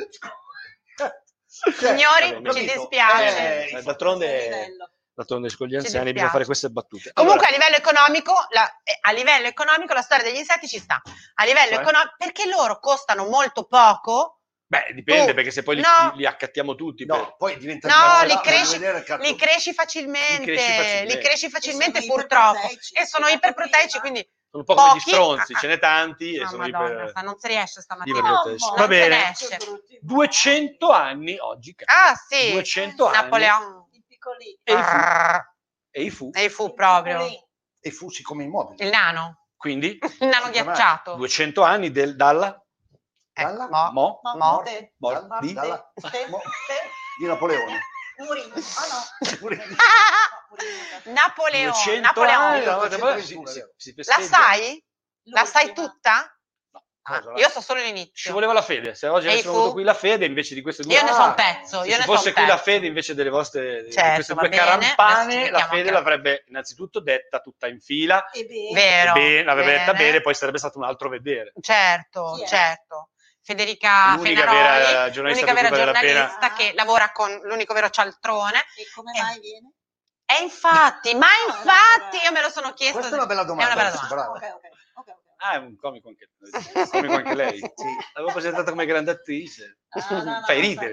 C: Signori,
A: Vabbè,
C: ci
A: capito.
C: dispiace.
A: Eh, d'altronde,
D: Livello.
A: d'altronde con gli
C: Ci
A: anziani
C: dispiace.
A: bisogna fare queste battute.
C: Comunque
A: Allora,
C: a livello economico, la, eh, a livello economico la storia degli insetti ci sta. A livello
A: Cioè?
C: economico, perché loro costano molto poco.
A: beh, dipende,
C: tu-
A: perché se poi li,
C: no.
A: li accattiamo tutti,
B: No,
A: per-
B: poi diventa
C: No,
B: difficile
C: li
B: da
C: cresci,
B: vedere il cartone.
C: li cresci facilmente,
A: Li cresci facilmente.
C: li cresci facilmente
D: E sono
C: purtroppo.
D: iperproteici,
C: E sono
D: spiegato
C: iperproteici,
D: prima.
C: quindi
A: sono un po' come gli
C: pochi-
A: stronzi,
C: ah,
A: ce n'è tanti e
C: ah,
A: sono
C: Madonna,
A: iper...
C: sta- non si riesce stamattina.
A: iperproteici.
D: No,
A: Va
C: non se
A: bene.
C: ne esce.
A: duecento anni oggi, cazzo.
C: Ah sì,
A: duecento anni.
C: Napoleon.
D: Il piccolino.
A: E i fu.
C: Ah,
A: E i fu.
C: e fu
D: Il
C: proprio.
D: piccolino.
B: E fussi come immobili.
C: Il nano,
A: Quindi
C: il nano ghiacciato.
A: duecento anni del, dalla...
C: Ecco,
B: Dalla-
C: mo.
A: Mo?
D: Ma-
C: Mo.
D: te-
A: Mo-
B: Dalla-
A: di-
B: dalla-
D: te-
B: mo-
D: te-
B: di Napoleone.
D: Mourinho. Ah no.
B: Mourinho.
D: No, Mourinho.
C: Napoleon,
A: duecento
C: Napoleon.
A: anni,
B: no,
A: no,
B: duecento
A: poi
B: anni,
A: si,
B: scusa,
A: si, si
C: La
A: festeggia.
C: sai? La sai
D: L'ultima.
C: tutta?
A: No.
C: Ah,
B: Cosa?
C: io so solo
A: Ci
C: l'inizio.
A: voleva la fede, se oggi
C: E i
A: avessimo
C: fu?
A: avuto qui la fede invece di queste due...
C: Io ne
A: Ah,
C: so un pezzo,
A: se
C: io
A: ci
C: ne so
A: fosse
C: un
A: qui la
C: pezzo.
A: fede invece delle vostre di
C: Certo,
A: queste
C: va
A: due
C: bene. Adesso
A: carampane,
C: ci
A: la
C: mettiamo
A: fede
C: anche-
A: l'avrebbe innanzitutto detta tutta in fila,
D: E bene.
C: Vero.
A: bene, l'avrebbe detta
C: bene.
A: bene, poi sarebbe stato un altro vedere.
C: Certo,
D: Chi è?
C: certo. Federica
A: L'unica
C: Fenaroli,
A: vera giornalista
C: l'unica vera
A: per cui vale la pena.
C: giornalista che lavora con l'unico vero cialtrone.
D: E come
C: Eh.
D: mai viene?
C: E infatti, ma
D: No,
C: infatti
D: no,
C: io me lo sono chiesto.
B: Questa è una bella domanda.
C: È una bella
B: sì,
C: domanda.
B: brava.
D: Ok, ok. ok, ok.
A: Ah, è un comico anche, un comico anche lei.
B: Sì.
A: L'avevo presentata come grande attrice.
D: Ah, no, no,
A: Fai
D: no,
A: ridere.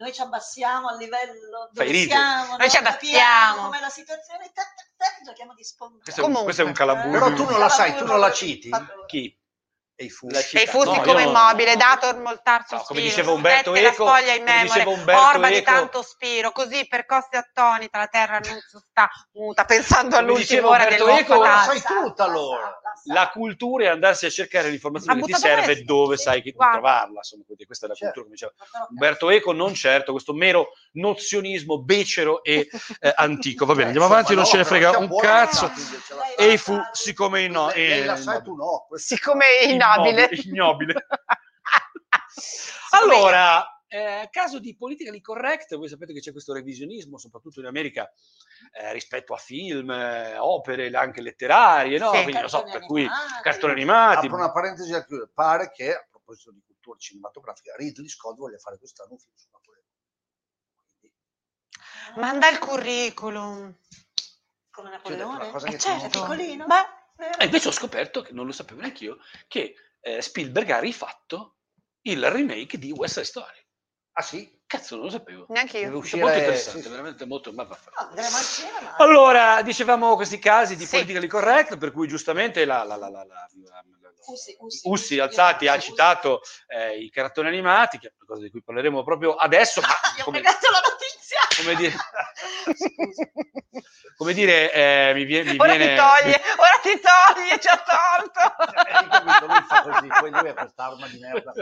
D: noi ci abbassiamo al livello
A: Fai
D: dove
A: ridere.
D: siamo,
C: Noi ci
D: no?
C: adattiamo.
D: Capiamo com'è la situazione, tac, tac, tac, giochiamo di sponda.
A: Questo è un,
C: Comunque.
A: questo è un calaburo.
B: Però tu non la sai, tu non la citi?
A: Chi?
B: E i fu.
A: La
C: E i
A: città.
C: fusti
A: No,
C: come
A: io-
C: immobile, dato moltar
A: No, come
C: sospiro,
A: diceva Umberto
C: sette la
A: Eco,
C: spoglia in
A: come
C: memore,
A: diceva Umberto
C: orba di
A: Eco-
C: tanto spiro, così percosse attonita la terra non si sta muta, pensando
A: Come
C: all'ultima
A: diceva
C: ora
A: Umberto
C: dell'uomo
A: Eco,
B: La
C: fatale.
B: sai tutta allora.
A: La cultura è andarsi a cercare l'informazione
C: Ha
A: che ti
C: buttato
A: serve
C: questo.
A: dove
D: Sì.
A: sai che
C: Guarda.
A: trovarla. Insomma, quindi questa è la
B: Certo.
A: cultura, come diceva Umberto Eco, non certo questo mero nozionismo becero e eh, antico. Va bene, andiamo avanti, non ce ne frega un cazzo. E i fu, siccome no,
B: Lei, lei la
A: eh,
B: sai, tu no.
C: Siccome è ignobile.
A: ignobile. Allora, eh, caso di politically correct, voi sapete che c'è questo revisionismo, soprattutto in America, eh, rispetto a film, eh, opere anche letterarie, no?
C: Sì.
A: Quindi, non so,
D: Cartoni
A: per cui
D: animati.
A: cartoni animati.
B: Apro una parentesi a chiudere. Pare che, a proposito di cultura cinematografica, Ridley Scott voglia fare quest'anno un film su Napoleone. Quindi,
C: Manda il curriculum.
D: Come
B: cioè, la
D: Napoleone?
B: cosa
C: Eh,
B: che
C: certo.
D: È piccolino?
C: Beh,
A: E invece ho scoperto, che non lo sapevo neanch'io, che eh, Spielberg ha rifatto il remake di West Side Story.
B: Ah sì?
A: Cazzo, non lo sapevo.
C: neanche
B: Deve
C: io.
B: uscire.
A: Molto interessante,
B: sì, sì.
A: veramente molto. Ma va a fare.
D: No, andremo al cinema.
A: Allora, dicevamo questi casi di
C: Sì.
A: politically correct, per cui giustamente la, la, la, la, la, la-
D: Ussi, Ussi,
A: Ussi
D: Ussi,
A: Alzati ha
D: Ussi.
A: citato eh, i cartoni animati, che è una cosa di cui parleremo proprio adesso, ma
D: Ah, gli ho
A: come,
D: fregato la notizia!
A: come dire, come dire eh, mi viene... Mi
C: Ora
A: viene
C: ti toglie, ora ti toglie, ci ha tolto.
B: Hai capito? Lui fa così, poi lui ha quest'arma di merda.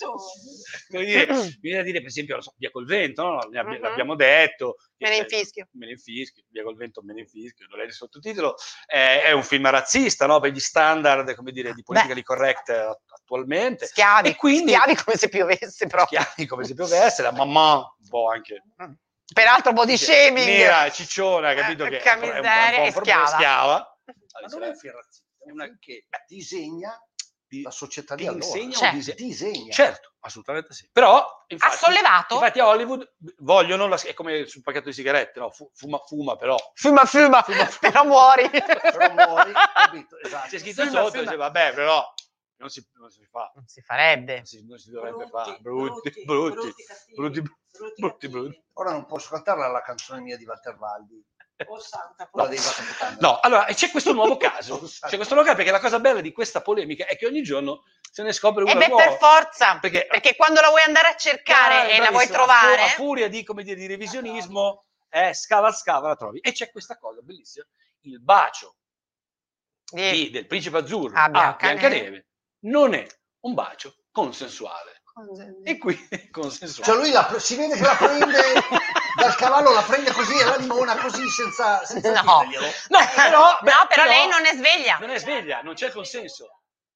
A: come dire, mi viene a dire, per esempio, non so, Via col vento, no? Ne abbi-
C: Mhm.
A: l'abbiamo detto.
C: Me ne
A: Eh,
C: infischio.
A: Me ne infischio, Via col vento, me ne infischio, non è il sottotitolo. Eh, è un film razzista, no? Per gli standard, come dire, di politically correct eh, attualmente.
C: Schiavi,
A: E quindi-
C: schiavi come se piovesse proprio.
A: Schiavi, come se piovesse, la mamma, un po' anche...
C: Peraltro body shaming.
A: Nera, cicciona, capito
C: Eh,
A: che
C: che
A: è un po', è un po',
C: miseria,
A: è un
C: e
A: po' un problema,
C: schiava.
A: schiava.
B: Ma non è un film razzista, è un
A: Una-
B: film che disegna la società di
A: ti
B: allora.
A: insegna
C: Cioè,
A: o dise-
B: disegna.
A: Certo, assolutamente sì. Però, infatti,
C: Ha sollevato?
A: infatti a Hollywood vogliono, la, è come sul pacchetto di sigarette, no? Fu- Fuma, fuma, però.
C: Fuma, fuma, però muori.
B: Però muori, capito? Esatto.
A: C'è scritto
C: Fuma,
A: sotto,
C: fuma.
A: dice, vabbè, però non si, non si fa,
C: Non si farebbe.
A: non si, non si dovrebbe
D: Brutti,
A: fare. Brutti,
D: brutti,
A: brutti,
D: brutti, cattivi,
A: brutti,
D: brutti,
A: brutti,
D: cattivi.
A: brutti.
B: Ora non posso cantarla la canzone mia di Walter Valdi.
D: Oh, santa,
B: Quella
D: poi-
B: dei Vacaputani.
A: No, allora c'è questo nuovo caso. C'è questo nuovo caso perché la cosa bella di questa polemica è che ogni giorno se ne scopre
C: E
A: una
C: beh,
A: nuova.
C: per forza,
A: Perché-
C: perché, quando la vuoi andare a cercare
A: Eh,
C: e la vuoi
A: bravissima,
C: trovare,
A: A furia di, come dire, di revisionismo, eh, scava scava la trovi. E c'è questa cosa bellissima. Il bacio
C: di-
A: di- del principe azzurro
C: Ah,
A: a
C: Biancaneve.
A: Biancaneve non è un bacio consensuale. E qui consensuale.
B: Cioè lui la, si vede che la prende dal cavallo, la prende così e la limona così senza, senza
C: No.
B: dirglielo.
A: No, però, beh,
C: no, però lei non è sveglia.
A: non è sveglia, non c'è consenso.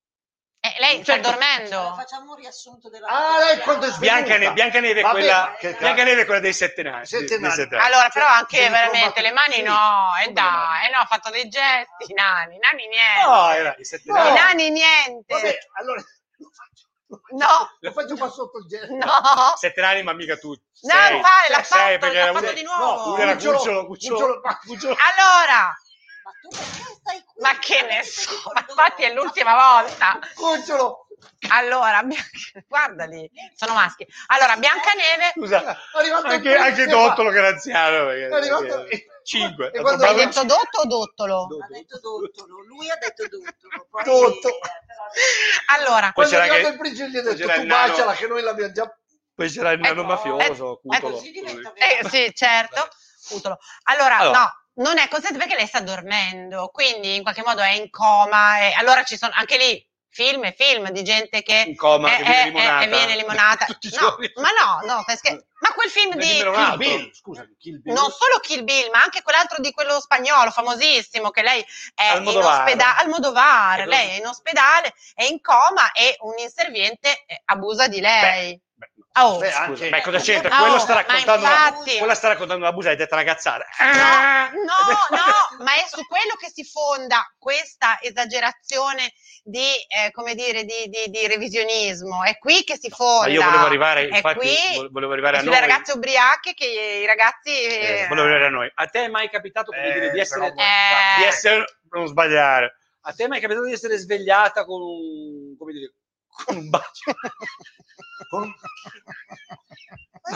C: Eh, lei
A: Non
C: sta
A: c'è-
C: dormendo.
D: Facciamo un riassunto della
B: Ah, lei quando è svenuta.
A: Biancaneve, Biancaneve è
B: Vabbè,
A: quella,
B: che cazzo.
A: Biancaneve è quella dei sette nani.
B: Sette
A: dei- dei
B: nani.
A: sette nani.
C: Allora, però
B: Cioè,
C: anche
B: se li
C: veramente
B: trova-
C: le mani
B: sì,
C: no, e
B: come le
C: dai,
B: mani?
C: eh no, ha fatto dei gesti, nani, nani niente.
A: No, era i sette
B: No.
C: I
A: nani.
C: nani niente.
B: Vabbè, allora lo faccio.
C: No,
B: Lo faccio qua sotto il gesto.
C: no.
A: Sette nani, ma mica tutti.
C: No,
A: Sei.
C: fai, l'ha
A: Sei,
C: fatto,
A: perché
C: l'ha
A: era
C: fatto
A: uno-
C: di nuovo.
A: Uno era
B: Cucciolo,
A: cucciolo, cucciolo,
B: cucciolo.
A: cucciolo.
C: Allora,
D: Ma tu perché stai qui?
C: ma che ne
D: Veramente
C: so,
D: ti
C: ma
D: perdono.
C: infatti è l'ultima volta.
B: Cucciolo.
C: Allora, Bianca- guardali, sono maschi. Allora, Biancaneve,
A: Scusa,
B: È arrivato il
A: anche,
B: principe.
A: anche Dottolo Graziano. Perché,
B: È arrivato-
A: perché- Cinque.
B: E quando
C: hai
B: Bravo-
C: detto dotto o dottolo?
D: Ha detto dottolo, lui ha detto dottolo. Poi,
B: Dotto.
D: eh, però-
C: Allora,
A: Poi
B: Quando è
A: c'era
B: arrivato
A: che-
B: il principe gli ha
A: poi
B: detto
A: c'era
B: tu
A: il nano-
B: baciala che noi l'abbiamo già...
A: Poi c'era il nano
C: Ecco,
A: mafioso,
C: eh,
A: Cutolo.
D: Così diventa
C: eh, sì, certo, Cutolo. Allora,
A: Allora.
C: no, non è consente perché lei sta dormendo, quindi in qualche modo è in coma. E allora ci sono anche lì film e film di gente che
A: In coma,
C: è-
A: che viene
C: è-
A: limonata.
C: è- e viene limonata.
A: Tutti i
C: No,
A: giorni.
C: ma no, no, stai scher- ma quel film
A: Ma
C: di
A: dimmelo un
B: Kill
A: altro.
B: Bill, scusami, Kill Bill.
C: non solo Kill Bill, ma anche quell'altro di quello spagnolo famosissimo che lei è
A: Almodovar.
C: in ospedale, Almodovar,
A: Ecco.
C: lei è in ospedale, è in coma e un inserviente eh, abusa di lei.
A: Beh, no.
C: Oh,
B: Beh,
A: Scusa,
B: anche-
A: beh, cosa c'entra?
C: Ah,
A: Quello
C: oh,
A: sta
C: ma
A: raccontando una,
C: infatti-
A: quella sta raccontando una busa, hai detto ragazzata.
C: No, no, no, ma è su quello che si fonda questa esagerazione di, eh, come dire, di, di- di revisionismo. È qui che si fonda.
A: Ma io volevo arrivare,
C: È
A: infatti,
C: qui,
A: vo- volevo arrivare a
C: sulle
A: noi.
C: ragazze ubriache che i ragazzi...
A: Eh,
C: eh,
A: volevo arrivare a noi. A te è mai capitato, come
B: Eh,
A: dire, di essere,
B: però-
C: Eh.
A: di essere, per non sbagliare, a te è mai capitato di essere svegliata con un, come dire, con un bacio?
B: Con-
D: Ma io, io,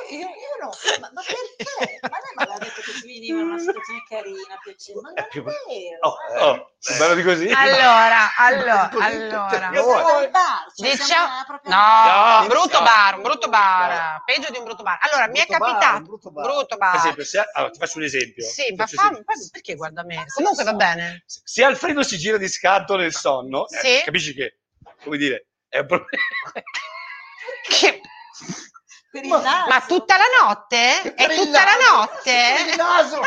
D: io, io no, ma, ma perché? Ma lei mi aveva detto che si veniva in una situazione carina, piacevole, ma non
B: È più-
D: è vero.
B: Oh,
D: eh.
A: Oh, più bello di così.
C: Allora, allora,
B: Così,
C: allora.
B: no,
D: Siamo al bar, cioè
C: Diciamo,
D: siamo proprio
C: no,
A: No,
C: un brutto
A: no.
C: bar, un brutto bar, peggio di un brutto bar. Allora, mi è
B: brutto bar,
C: capitato,
B: un brutto bar.
C: brutto
A: Per
C: bar.
A: esempio, se, allora, ti faccio un esempio.
C: Sì, ma
A: Faccio
C: fa,
A: esempio.
C: poi perché guarda me? Comunque va bene.
A: Se Alfredo si gira di scatto nel sonno, eh,
C: Sì.
A: capisci che, come dire, è un problema.
C: Che-
D: per il
B: Ma-
D: naso.
C: Ma tutta la notte? È
B: Per il
C: tutta la
B: naso,
C: notte?
B: per il naso.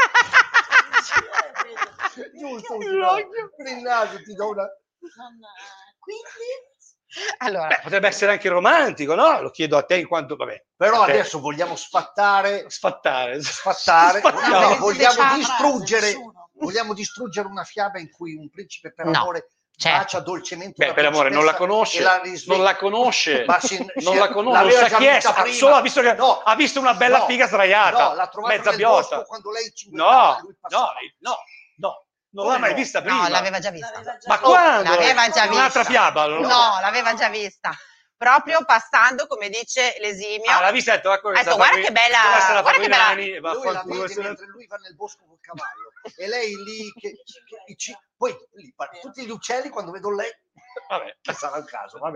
D: Sì,
B: Giusto,
D: perché-
B: Ursula, per il naso ti do una...
D: non- quindi
C: Allora,
A: Beh, potrebbe essere anche romantico, no? Lo chiedo a te in quanto, vabbè.
B: Però
A: a te.
B: adesso vogliamo sfattare,
A: Sfattare.
B: sfattare,
A: Sfattiamo.
B: no,
D: No,
B: vogliamo
D: frase,
B: distruggere,
D: nessuno.
B: vogliamo distruggere una fiaba in cui un principe per
C: No,
B: amore
C: certo.
B: bacia dolcemente
A: Beh,
B: una
A: per amore, non la
B: principessa
A: conosce,
B: e la risveglia.
A: non la conosce,
B: Ma si-
A: non
B: si-
A: la conosce, non
B: l'aveva
A: sa
B: già
A: chi è,
B: vista
A: ha-
B: prima.
A: solo ha visto, che,
B: No,
A: ha visto una bella
B: no,
A: figa sdraiata,
B: no, l'ha trovata
A: mezza
B: nel
A: biota.
B: bosco quando lei ci
A: No,
B: lui
A: no,
B: passava.
A: no, no, non
B: Come
A: l'ha mai
B: no?
A: vista prima.
C: no, l'aveva già vista.
D: l'aveva già
A: Ma
D: visto.
A: quando?
C: L'aveva già
A: Un'altra
C: vista.
A: fiaba? Non lo so.
C: No, l'aveva già vista. Proprio passando, come dice l'esimio.
A: Ah, l'ha vista e ha detto, ecco,
C: Ha detto,
A: sta
C: guarda
A: qui-
C: che bella-
A: dove sta la
C: guarda che bella-
A: Fabriani, e va a
B: Lui la
A: fanculo,
B: vede
A: se ne-
B: mentre lui va nel bosco col cavallo e lei lì che, che- che ci- poi lì, pa- tutti gli uccelli quando vedono lei
A: Vabbè.
B: che sarà il caso, vabbè.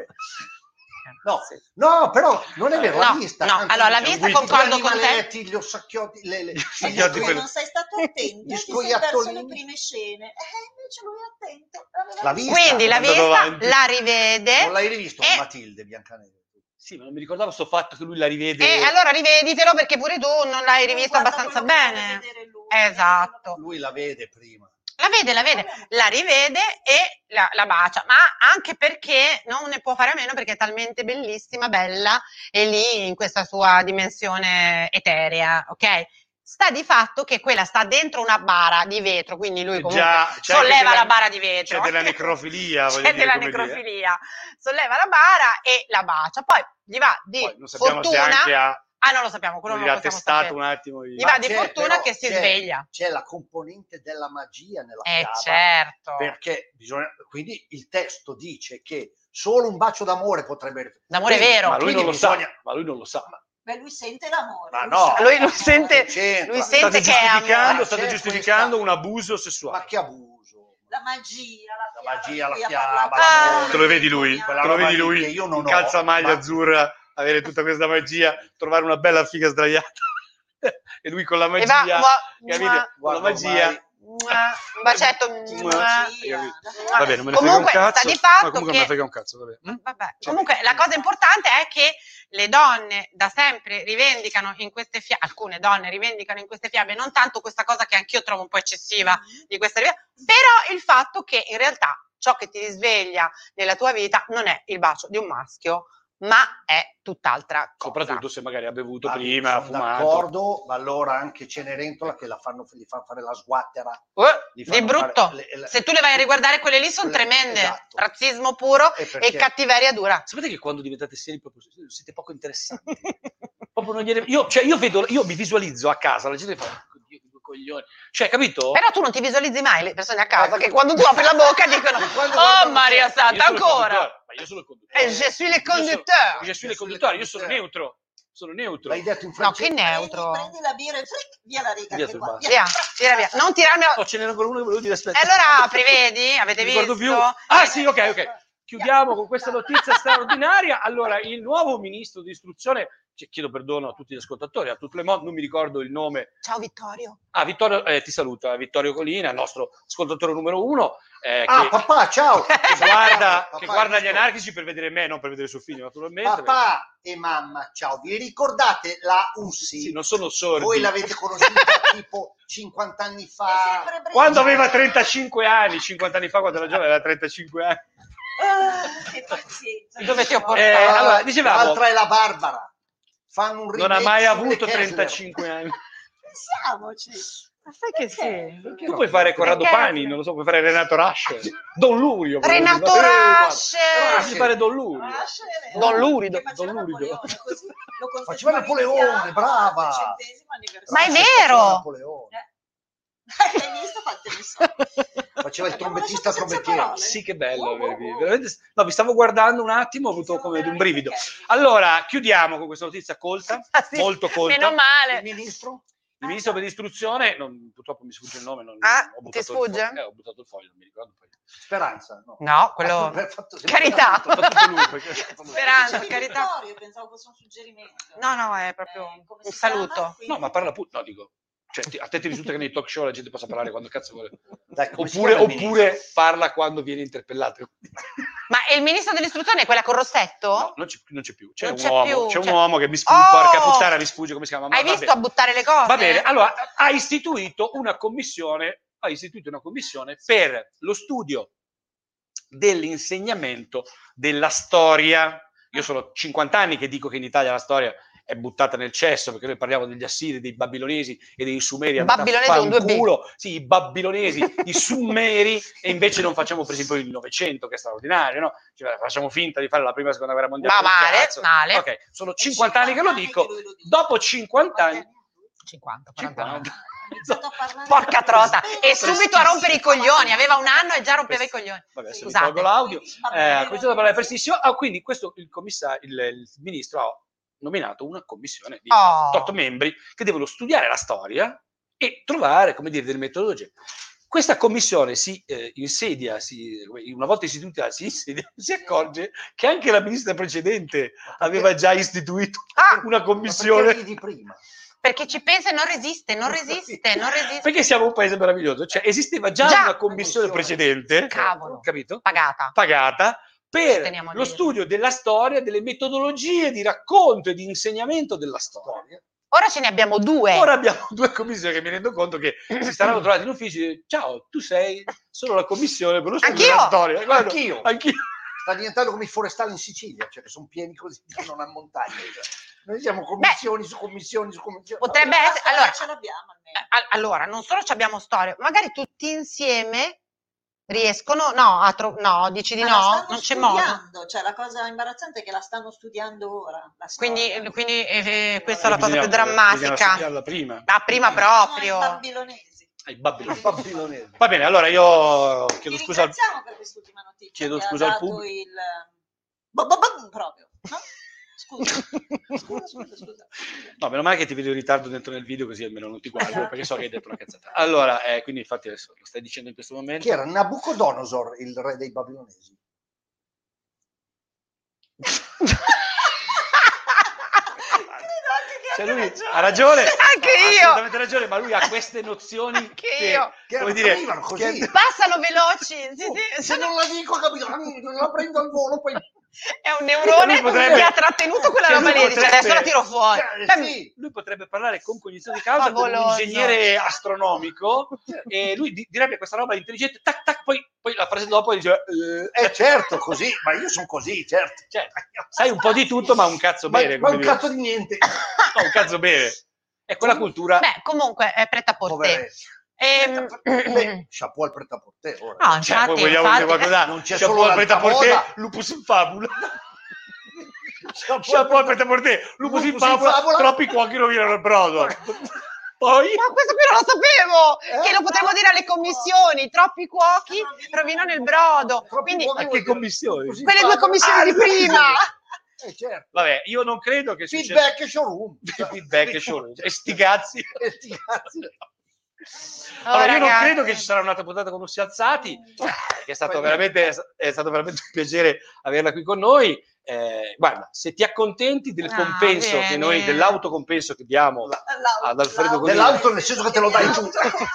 B: No, no, però non è vero,
C: No,
B: l'ha vista.
C: no,
B: anche
C: allora, l'ha
B: gli
C: vista,
B: gli
C: concordo con te.
B: animaletti, gli ossacchiotti, le, le,
A: Gli
B: gli
A: ossacchiotti,
B: scoiattoli,
A: quelli-
D: non sei stato attento,
B: Gli
D: ti sei perso
B: scoiattolini.
D: le prime scene. Eh, invece lui è attento. l'aveva
B: L'ha
D: visto.
B: vista.
C: Quindi l'ha
A: Andato
C: vista,
A: avanti.
C: la rivede.
B: Non l'hai rivisto
C: E-
B: Matilde Biancaneve?
A: Sì, ma non mi ricordavo sto fatto che lui la rivede.
C: E allora riveditelo perché pure tu non l'hai
D: Lui
C: rivisto
D: guarda
C: abbastanza
D: quello che
C: bene.
D: deve vedere lui.
C: Esatto.
B: Lui la vede prima.
C: La vede, la vede, la rivede e la, la bacia, ma anche perché non ne può fare a meno perché è talmente bellissima, bella, e lì in questa sua dimensione eterea, ok? Sta di fatto che quella sta dentro una bara di vetro, quindi lui comunque
A: Già, c'è anche
C: solleva
A: della-
C: la bara di vetro.
A: c'è della necrofilia, voglio
C: C'è
A: dire,
C: della
A: come dire.
C: necrofilia. Solleva la bara e la bacia. Poi gli va di
A: Poi non sappiamo
C: fortuna.
A: se anche ha,
C: Ah, non lo sappiamo, quello
A: come
C: non
A: dire,
C: lo
A: ha
C: possiamo
A: testato
C: sapere.
A: un attimo. Di...
C: Gli va
B: Ma
C: di
B: c'è,
C: fortuna
B: però,
C: che si
B: c'è-
C: sveglia.
B: C'è la componente della magia nella
C: Eh
B: fiaba.
C: certo.
B: Perché bisogna, quindi il testo dice che solo un bacio d'amore potrebbe...
C: D'amore
B: Quindi-
C: vero.
A: Ma lui
B: quindi
A: non lo
B: bisogna-
A: sa, ma lui non lo sa.
D: Beh, lui sente l'amore.
B: Ma
D: lui
B: no.
D: sa
C: Lui
D: che
C: non
D: è
C: sente-
D: amore.
B: C'entra.
C: lui
A: State
C: sente che è
A: giustificando,
C: amore.
A: state
B: C'è
A: giustificando
B: questa-
A: un abuso sessuale.
B: Ma che abuso!
D: La magia, la,
B: La
D: fiaba,
B: magia, la
D: di cui ha
B: fiaba,
D: parlato
C: l'amore.
D: lui,
A: Te lo vedi lui?
B: Quella
A: Te lo
B: roba
A: vedi
B: lì
A: lui?
B: che io non
A: in
B: ho,
A: calza maglia
B: ma-
A: azzurra, avere tutta questa magia, trovare una bella figa sdraiata. E lui con la
C: E va,
A: magia,
C: mua,
A: capite?
C: mua,
A: Con la
B: Guarda,
A: magia.
B: ormai-
C: mua, un bacetto.
A: Mua.
C: mua.
D: magia.
A: Va bene, non me ne frega un
C: Comunque,
A: cazzo.
C: sta di fatto
A: ma comunque
C: che-
A: me ne frega un cazzo, vabbè. Mm?
C: Vabbè, comunque la cosa importante è che le donne da sempre rivendicano in queste fiabe, alcune donne rivendicano in queste fiabe, non tanto questa cosa che anch'io trovo un po' eccessiva di questa riviera, però il fatto che in realtà ciò che ti risveglia nella tua vita non è il bacio di un maschio, ma è tutt'altra cosa.
A: Soprattutto se magari ha bevuto
B: Ah,
A: prima, ha
B: sono
A: fumato.
B: d'accordo, ma allora anche Cenerentola che la fanno, gli fa fare la sguattera.
C: Eh,
B: Gli
C: di
B: fanno
C: brutto.
B: fare le- le-
C: Se tu le vai a riguardare quelle lì sono
B: quelle-
C: tremende,
B: esatto.
C: razzismo puro
B: E
C: e
B: perché-
C: cattiveria dura.
A: Sapete che quando diventate seri proprio siete poco interessanti? Proprio non gliene- io, cioè, io vedo, io mi visualizzo a casa, la gente fa, oddio, che due coglioni. Cioè, capito?
C: Però tu non ti visualizzi mai le persone a casa che quando tu apri la bocca dicono
B: E quando
C: oh
B: guardano
C: Maria
B: te,
A: Io
C: Santa
A: sono il
C: ancora
A: conduttore, ma io sono il conduttore.
C: e je suis le
A: Io sono-
C: conducteur.
A: Je suis le conduttore, io sono neutro. Sono neutro.
B: L'hai detto in
C: No,
B: francese?
C: che neutro.
D: Prendi, prendi la birra e fric, via la riga.
A: Via
D: che
A: sul
D: qua,
A: bar.
C: Via, via, via. Non tirarmi a...
A: Oh, ce n'era ancora uno che volevo dire, aspetta.
C: E allora apri, vedi? Avete
A: Non mi
C: visto?
A: ricordo più. Ah sì, ok, ok. Chiudiamo con questa notizia straordinaria. Allora, il nuovo ministro di istruzione, cioè, chiedo perdono a tutti gli ascoltatori, a tutto le mondo, non mi ricordo il nome.
C: Ciao Vittorio.
A: Ah, Vittorio, eh, ti saluta, Vittorio Colina, il nostro ascoltatore numero uno, eh,
B: Ah,
A: che,
B: papà, ciao!
A: che guarda,
B: Papà,
A: che guarda gli
B: giusto.
A: anarchici per vedere me, non per vedere suo figlio, naturalmente.
B: Papà e mamma, ciao. Vi ricordate la
A: perché-
B: Ussi?
A: Sì, non sono sordi.
B: Voi l'avete conosciuta tipo cinquanta anni
D: È
B: fa.
D: sempre breve.
A: Quando aveva trentacinque anni, cinquanta anni fa, quando era giovane, aveva trentacinque anni.
D: Ah, che pazienza.
C: Dove ti ho portato?
A: Eh, allora, dicevamo-
B: L'altra è la Barbara. Fanno un
A: Non ha
B: remake
A: mai
B: sulle
A: avuto
B: Kessler.
A: trentacinque anni.
D: Pensiamoci.
C: Ma sai che
D: Perché?
C: sì?
A: Tu puoi fare Corrado
C: Perché-
A: Pani, non lo so, puoi fare Renato Rasce, Don Lurio. volevo
C: Renato
A: dire. Eh, guarda.
C: Rasce.
A: Però devi fare Don Lurio.
D: Ah, scene.
C: Don Lurido.
D: Che faceva
A: Don Lurido.
D: Napoleone, così lo
B: Faceva
D: conteggiava
B: Napoleone,
D: in
B: brava.
D: al trecentesimo anniversario.
C: Ma è
B: Rasce faceva
C: vero!
B: Napoleone.
D: Eh. Hai visto quante ne so?
B: Faceva il
D: Abbiamo
B: trombettista
D: lasciato senza
B: trombettiere.
D: parole.
A: Sì, che bello.
D: Oh,
A: veramente-
D: oh, oh.
A: veramente- No, vi stavo guardando un attimo, ho avuto
D: Siamo
A: come un
D: veramente
A: brivido.
D: Kevin.
A: Allora, chiudiamo con questa notizia colta,
C: Ah, sì,
A: molto colta.
C: Meno
B: Il
C: male.
B: ministro?
A: Il ministro per l'istruzione, non- purtroppo mi sfugge il nome, non,
C: Ah,
A: ho
C: ti
A: buttato il
C: sfugge?
A: foglio, eh, ho buttato il foglio, non mi ricordo poi.
B: Speranza, no.
C: No, quello...
B: Ah, per- fatto sempre-
C: Carità.
A: L'ho fatto tutto lui, perché-
C: Speranza,
D: Dicevi
C: carità.
D: Vittorio, pensavo fosse un suggerimento.
C: No, no, è proprio
D: Eh, come
C: un
D: si chiama?
C: saluto.
D: Quindi-
A: No, ma parla pure, no, dico, cioè, ti- a te ti risulta che nei talk show la gente possa parlare quando cazzo vuole?
B: Dai, come si
A: Oppure,
B: chiama il
A: oppure
B: ministro?
A: parla quando viene interpellato.
C: Ma il ministro dell'istruzione è quella con Rossetto?
A: No, non c'è, non c'è più. C'è
C: Non
A: un
C: c'è
A: uomo,
C: più,
A: c'è un
C: cioè-
A: uomo che mi sfugge,
C: Oh!
A: porca puttana, mi sfugge come si chiama. ma
C: Hai
A: va
C: visto
A: bene.
C: a buttare le cose?
A: Va bene, allora ha istituito una commissione, ha istituito una commissione per lo studio dell'insegnamento della storia. Io sono cinquanta anni che dico che in Italia la storia è buttata nel cesso, perché noi parliamo degli assiri, dei babilonesi e dei sumeri. andate a
C: Babilonesi
A: fare
C: con
A: un
C: due B.
A: culo. Sì, i babilonesi, i sumeri, e invece non facciamo per esempio il Novecento, che è straordinario, no? Cioè, facciamo finta di fare la prima e la seconda guerra mondiale.
C: Ma
A: col
C: male,
A: cazzo.
C: male.
A: Ok, sono cinquanta anni che lo dico.
D: lui lo dice.
A: Dopo cinquanta anni,
C: cinquanta,
A: cinquanta.
D: Ha iniziato a parlare
C: Porca
D: con
C: trota!
D: questo
C: E subito a rompere i
D: prestissimo.
C: coglioni. Aveva un anno e già rompeva i coglioni.
A: Vabbè, se mi
C: Scusate.
A: tolgo l'audio.
D: Va
A: Eh,
D: bene,
A: ha
D: va
A: cominciato a
D: bene.
A: parlare prestissimo. Ah, quindi questo il commissario, il, il ministro ha nominato una commissione di
C: Oh.
A: otto membri che devono studiare la storia e trovare, come dire, delle metodologie. Questa commissione si eh, insedia, si, una volta istituita, si insedia, si accorge che anche la ministra precedente aveva già istituito
C: Ah,
A: una
B: Ma
A: commissione.
B: perché ridi prima?
C: Perché ci pensa e non resiste, non resiste, non resiste.
A: Perché siamo un paese meraviglioso, cioè esisteva già,
C: Già.
A: una commissione precedente,
C: Cavolo.
A: capito?
C: Pagata.
A: Pagata per
C: Teniamo a
A: lo
C: dire.
A: studio della storia, delle metodologie di racconto e di insegnamento della storia.
C: Ora ce ne abbiamo due.
A: Ora abbiamo due commissioni che mi rendo conto che si saranno trovati in ufficio e ciao, tu sei solo la commissione per lo studio
C: Anch'io.
A: della storia. Guarda,
B: Anch'io.
A: anch'io.
B: Sta diventando come i forestali in Sicilia, cioè che sono pieni così, non a montagna. Cioè. Noi siamo commissioni su commissioni su commissioni.
C: Potrebbe
D: La
C: essere...
D: storia
C: Allora,
D: ce l'abbiamo almeno.
C: eh, al- allora, non solo ci abbiamo storie, magari tutti insieme riescono... No, a tro- no, dici di
D: Ma la
C: no?
D: stanno
C: Non c'è modo.
D: studiando, cioè la cosa imbarazzante è che la stanno studiando ora. la
C: Quindi,
D: storia.
C: quindi eh, questa è la cosa
A: Bisogna-
C: più
A: bisogna
C: drammatica.
A: studiarla prima.
C: Ma prima
D: Sono i
C: proprio.
D: babilonesi.
A: Ai babilonesi.
B: Babilonesi.
A: Va bene, allora io
D: Ti
A: chiedo scusa al...
D: ringraziamo per quest'ultima notizia.
A: Chiedo
D: che ha
A: scusa al
D: dato
A: pubblico.
D: il ba- ba- ba- proprio, no? Scusa. Scusa, scusa, scusa.
A: No, meno male che ti vedo in ritardo dentro nel video, così almeno non ti guardo,
D: Esatto.
A: perché so che hai detto una cazzata. Allora, eh, quindi infatti adesso lo stai dicendo in questo momento.
B: Chi era Nabucodonosor, il re dei babilonesi?
D: Credo anche che
A: Cioè
D: abbia
A: lui
D: ragione.
A: ha ragione,
C: Anche
A: ha
C: io.
A: assolutamente ragione, ma lui ha queste nozioni
C: Anche
A: che,
C: io.
B: Che
A: come dire,
B: arrivano così.
A: che-
C: Passano veloci. Sì,
B: Oh,
C: sì,
B: se
C: sono-
B: non la dico, capito? Non la prendo al volo, poi...
C: È un neurone
A: Lui potrebbe-
C: che ha trattenuto quella
A: che
C: roba
A: lui
C: lì. Dice,
A: potrebbe-
C: adesso la tiro fuori.
B: Eh,
C: Ehm,
B: sì.
A: lui potrebbe parlare con cognizione di causa come un
C: Favoloso.
A: ingegnere astronomico e lui di- direbbe questa roba intelligente, tac tac, poi, poi la frase dopo dice eh,
B: Eh certo, così, ma io sono così, certo.
A: cioè, sai un po' di tutto ma un cazzo
B: Ma,
A: bene,
B: ma
A: come
B: un
A: dire.
B: cazzo di niente.
A: No, un cazzo bene. È quella cultura.
C: Beh, comunque è preta a porte.
B: Poveretto.
C: Ehm,
B: Beh, chapeau al prêt-à-porter ora.
C: No,
A: Cioè,
C: infatti,
A: poi vogliamo
C: infatti,
A: dire qualcosa,
B: non c'è
A: Chapeau
B: solo
A: al
B: l'alta
A: prêt-à-porter,
B: moda.
A: lupus in fabula.
B: Chapeau
A: Chapeau al prêt-à-porter, lupus in
B: Lupus in
A: fabula,
B: fabula.
A: troppi cuochi rovinano il brodo. Poi
C: Ma questo qui non lo sapevo,
B: Eh?
C: che lo potremmo dire alle commissioni, troppi cuochi rovinano il brodo.
B: Troppi
C: Quindi
B: cuochi
A: a che commissioni?
B: Così
C: quelle due
B: fanno.
C: commissioni
B: Ah,
C: di
B: le commissioni.
C: prima.
B: Eh certo.
A: Vabbè, io non credo che succeda
B: Feedback e showroom.
A: feedback e showroom. E sti cazzi.
B: E sti cazzi.
A: Allora,
C: Oh,
A: io non
C: ragazzi.
A: credo che ci sarà un'altra puntata con Ussi Alzati, che è stato
B: Poi-
A: veramente, è stato veramente un piacere averla qui con noi. Eh, guarda, se ti accontenti del
C: Ah,
A: compenso che
C: bene.
A: noi, dell'autocompenso che diamo,
B: La-
A: ad Alfredo Godini.
B: Dell'auto nel senso che te lo dai tu.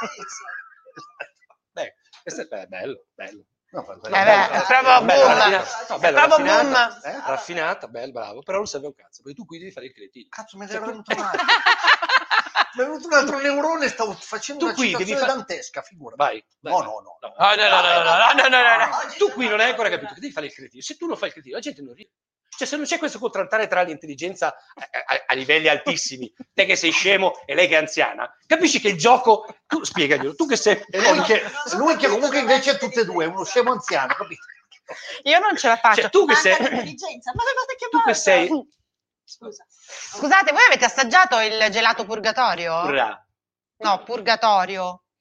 A: beh, questo è beh, bello, bello.
B: No, per-
C: Eh beh, è proprio
A: bello,
C: boom.
A: raffinata, no, bello,
C: È proprio
A: raffinata,
C: boom.
A: eh, raffinata, bello, bravo, però non serve un cazzo, perché tu qui devi fare il cretino.
B: Cazzo, me ne era venuto un altro. Mi è venuto un altro neurone, stavo facendo
A: Tu
B: una
A: qui devi
B: citazione
A: fa-
B: dantesca, figura.
A: Vai, vai,
B: No,
A: vai.
B: no, no.
A: No, no, no, no, no, no, no, no, no, no.
D: Oggi
A: Tu
D: sono
A: qui non hai ancora
D: veramente-
A: capito che devi fare il cretino. Se tu non fai il cretino, la gente non riesce. Cioè, se non c'è questo contrattare tra l'intelligenza a, a- a livelli altissimi, te che sei scemo e lei che è anziana, capisci che il gioco, tu spiegaglielo, tu che sei...
B: E lui che, lui che comunque invece è tutte e due, uno scemo anziano, capito?
C: Io non ce la faccio.
A: Cioè, tu che
D: Manca
A: sei...
D: l'intelligenza. Ma l'avete
A: Tu
D: chiamato?
A: che sei...
D: Scusa.
C: Scusate, voi avete assaggiato il gelato purgatorio?
A: Bra.
C: No, purgatorio.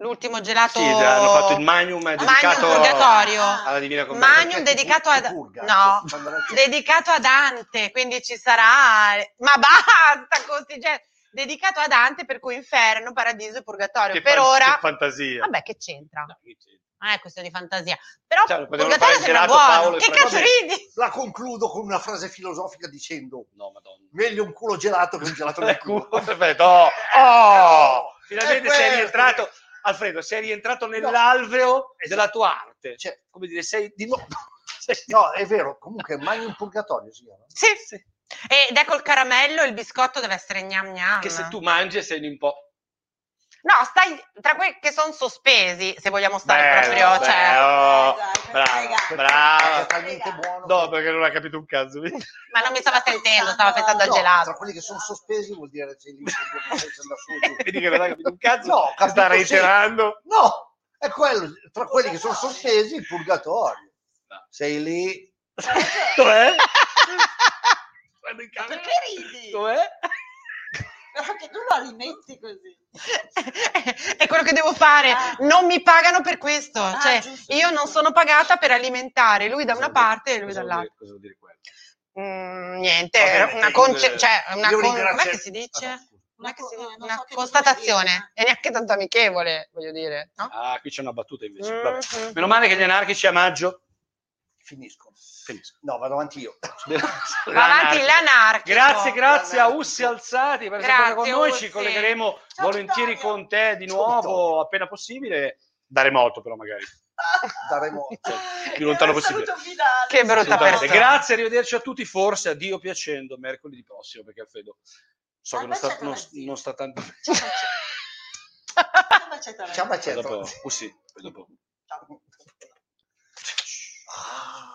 C: l'ultimo gelato...
A: Sì, hanno fatto il Magnum dedicato
C: Magnum Purgatorio.
A: alla Divina Commedia.
C: Magnum
B: Perché
C: dedicato
B: ti
C: a...
B: purga,
C: No,
B: quando la-
C: dedicato a Dante, quindi ci sarà... Ma basta con sti gen- dedicato a Dante, per cui inferno, paradiso e purgatorio.
A: Che
C: Per
A: fan-
C: ora...
A: che fantasia.
C: Vabbè, che c'entra?
A: No, che c'entra.
C: Non è questione di fantasia. Però
A: Cioè, potevano
C: purgatorio
A: fare il
C: sembra
A: gelato
C: buono.
A: Paolo e
C: Che
A: Francesco.
C: cazzo ridi?
B: La concludo con una frase filosofica dicendo:
A: No, madonna.
B: meglio un culo gelato che un gelato nel culo.
A: Perfetto. Oh, oh! Finalmente
B: È
A: sei
B: questo.
A: rientrato, Alfredo, sei rientrato nell'alveo della tua arte.
B: Cioè,
A: Come dire, sei di nuovo... sei-
B: no, è vero, comunque Magnum Purgatorio si chiama.
C: Sì, sì. Ed ecco il caramello, il biscotto deve essere gnam gnam.
A: Che se tu mangi sei un po'...
C: No, stai tra quelli che sono sospesi, se vogliamo stare
A: Bello,
C: proprio,
A: bello.
C: cioè,
A: Oh,
D: Dai, dai,
A: brava,
D: dai,
A: brava.
B: È talmente buono.
A: No, perché non ha capito un cazzo.
C: ma non mi stava sentendo, stava pensando al
B: No,
C: gelato.
B: tra quelli che sono sospesi vuol dire che sei lì senza andare su e giù.
A: Vedi che non ha capito un cazzo.
B: No, ho capito,
A: sta
B: sì.
A: reiterando.
B: No, è quello, tra quelli che sono sospesi il purgatorio. Sei lì.
A: Dov'è? Guarda in camera.
D: Perché ridi?
A: Dov'è?
D: Perché tu la rimetti così.
C: È quello che devo fare,
D: Ah.
C: non mi pagano per questo,
D: Ah,
C: cioè
D: giusto,
C: io non
D: giusto.
C: sono pagata per alimentare lui da
A: Cosa
C: una
A: vuol dire-
C: parte e lui
A: cosa vuol
C: dall'altra.
A: dire- Cosa vuol dire quello?
C: Mm, niente,
B: Va bene,
C: una
B: che-
C: conce- cioè una
B: io
C: con-
B: ringrazio-
C: com'è che si dice?
B: Ah, no, scusa.
C: Com'è che si dice?
D: Una co-
C: Una
D: non so che
C: constatazione,
D: cosa dire.
C: e neanche tanto amichevole, voglio dire, no?
A: Ah, qui c'è una battuta invece.
C: Mhm.
A: Vabbè. Meno male che gli anarchici a maggio
B: Finiscono.
A: finiscono.
B: No, vado avanti io.
C: Va avanti l'anarchico.
A: Grazie, grazie a
B: L'anarchico.
A: Ussi Alzati per essere
C: Grazie,
A: stato con noi.
C: Ussi.
A: Ci collegheremo
D: Ciao,
A: volentieri
D: Vittorio.
A: con te di
B: Ciao,
A: nuovo
B: Vittorio.
A: appena possibile. Da remoto, però, magari.
B: Daremo.
A: Più lontano
D: Era un
A: possibile.
D: saluto finale.
C: Che brutta
A: Assolutamente.
C: persona.
A: Grazie, arrivederci a tutti. Forse a Dio piacendo mercoledì prossimo, perché Alfredo so che non sta,
D: Aspetta
A: non,
D: la zia.
A: non sta tanto.
D: Ciao, Bacetta,
B: Ciao,
A: Poi
B: Bacetta.
A: dopo, Ussi, poi dopo.
D: Ciao.
B: Ah.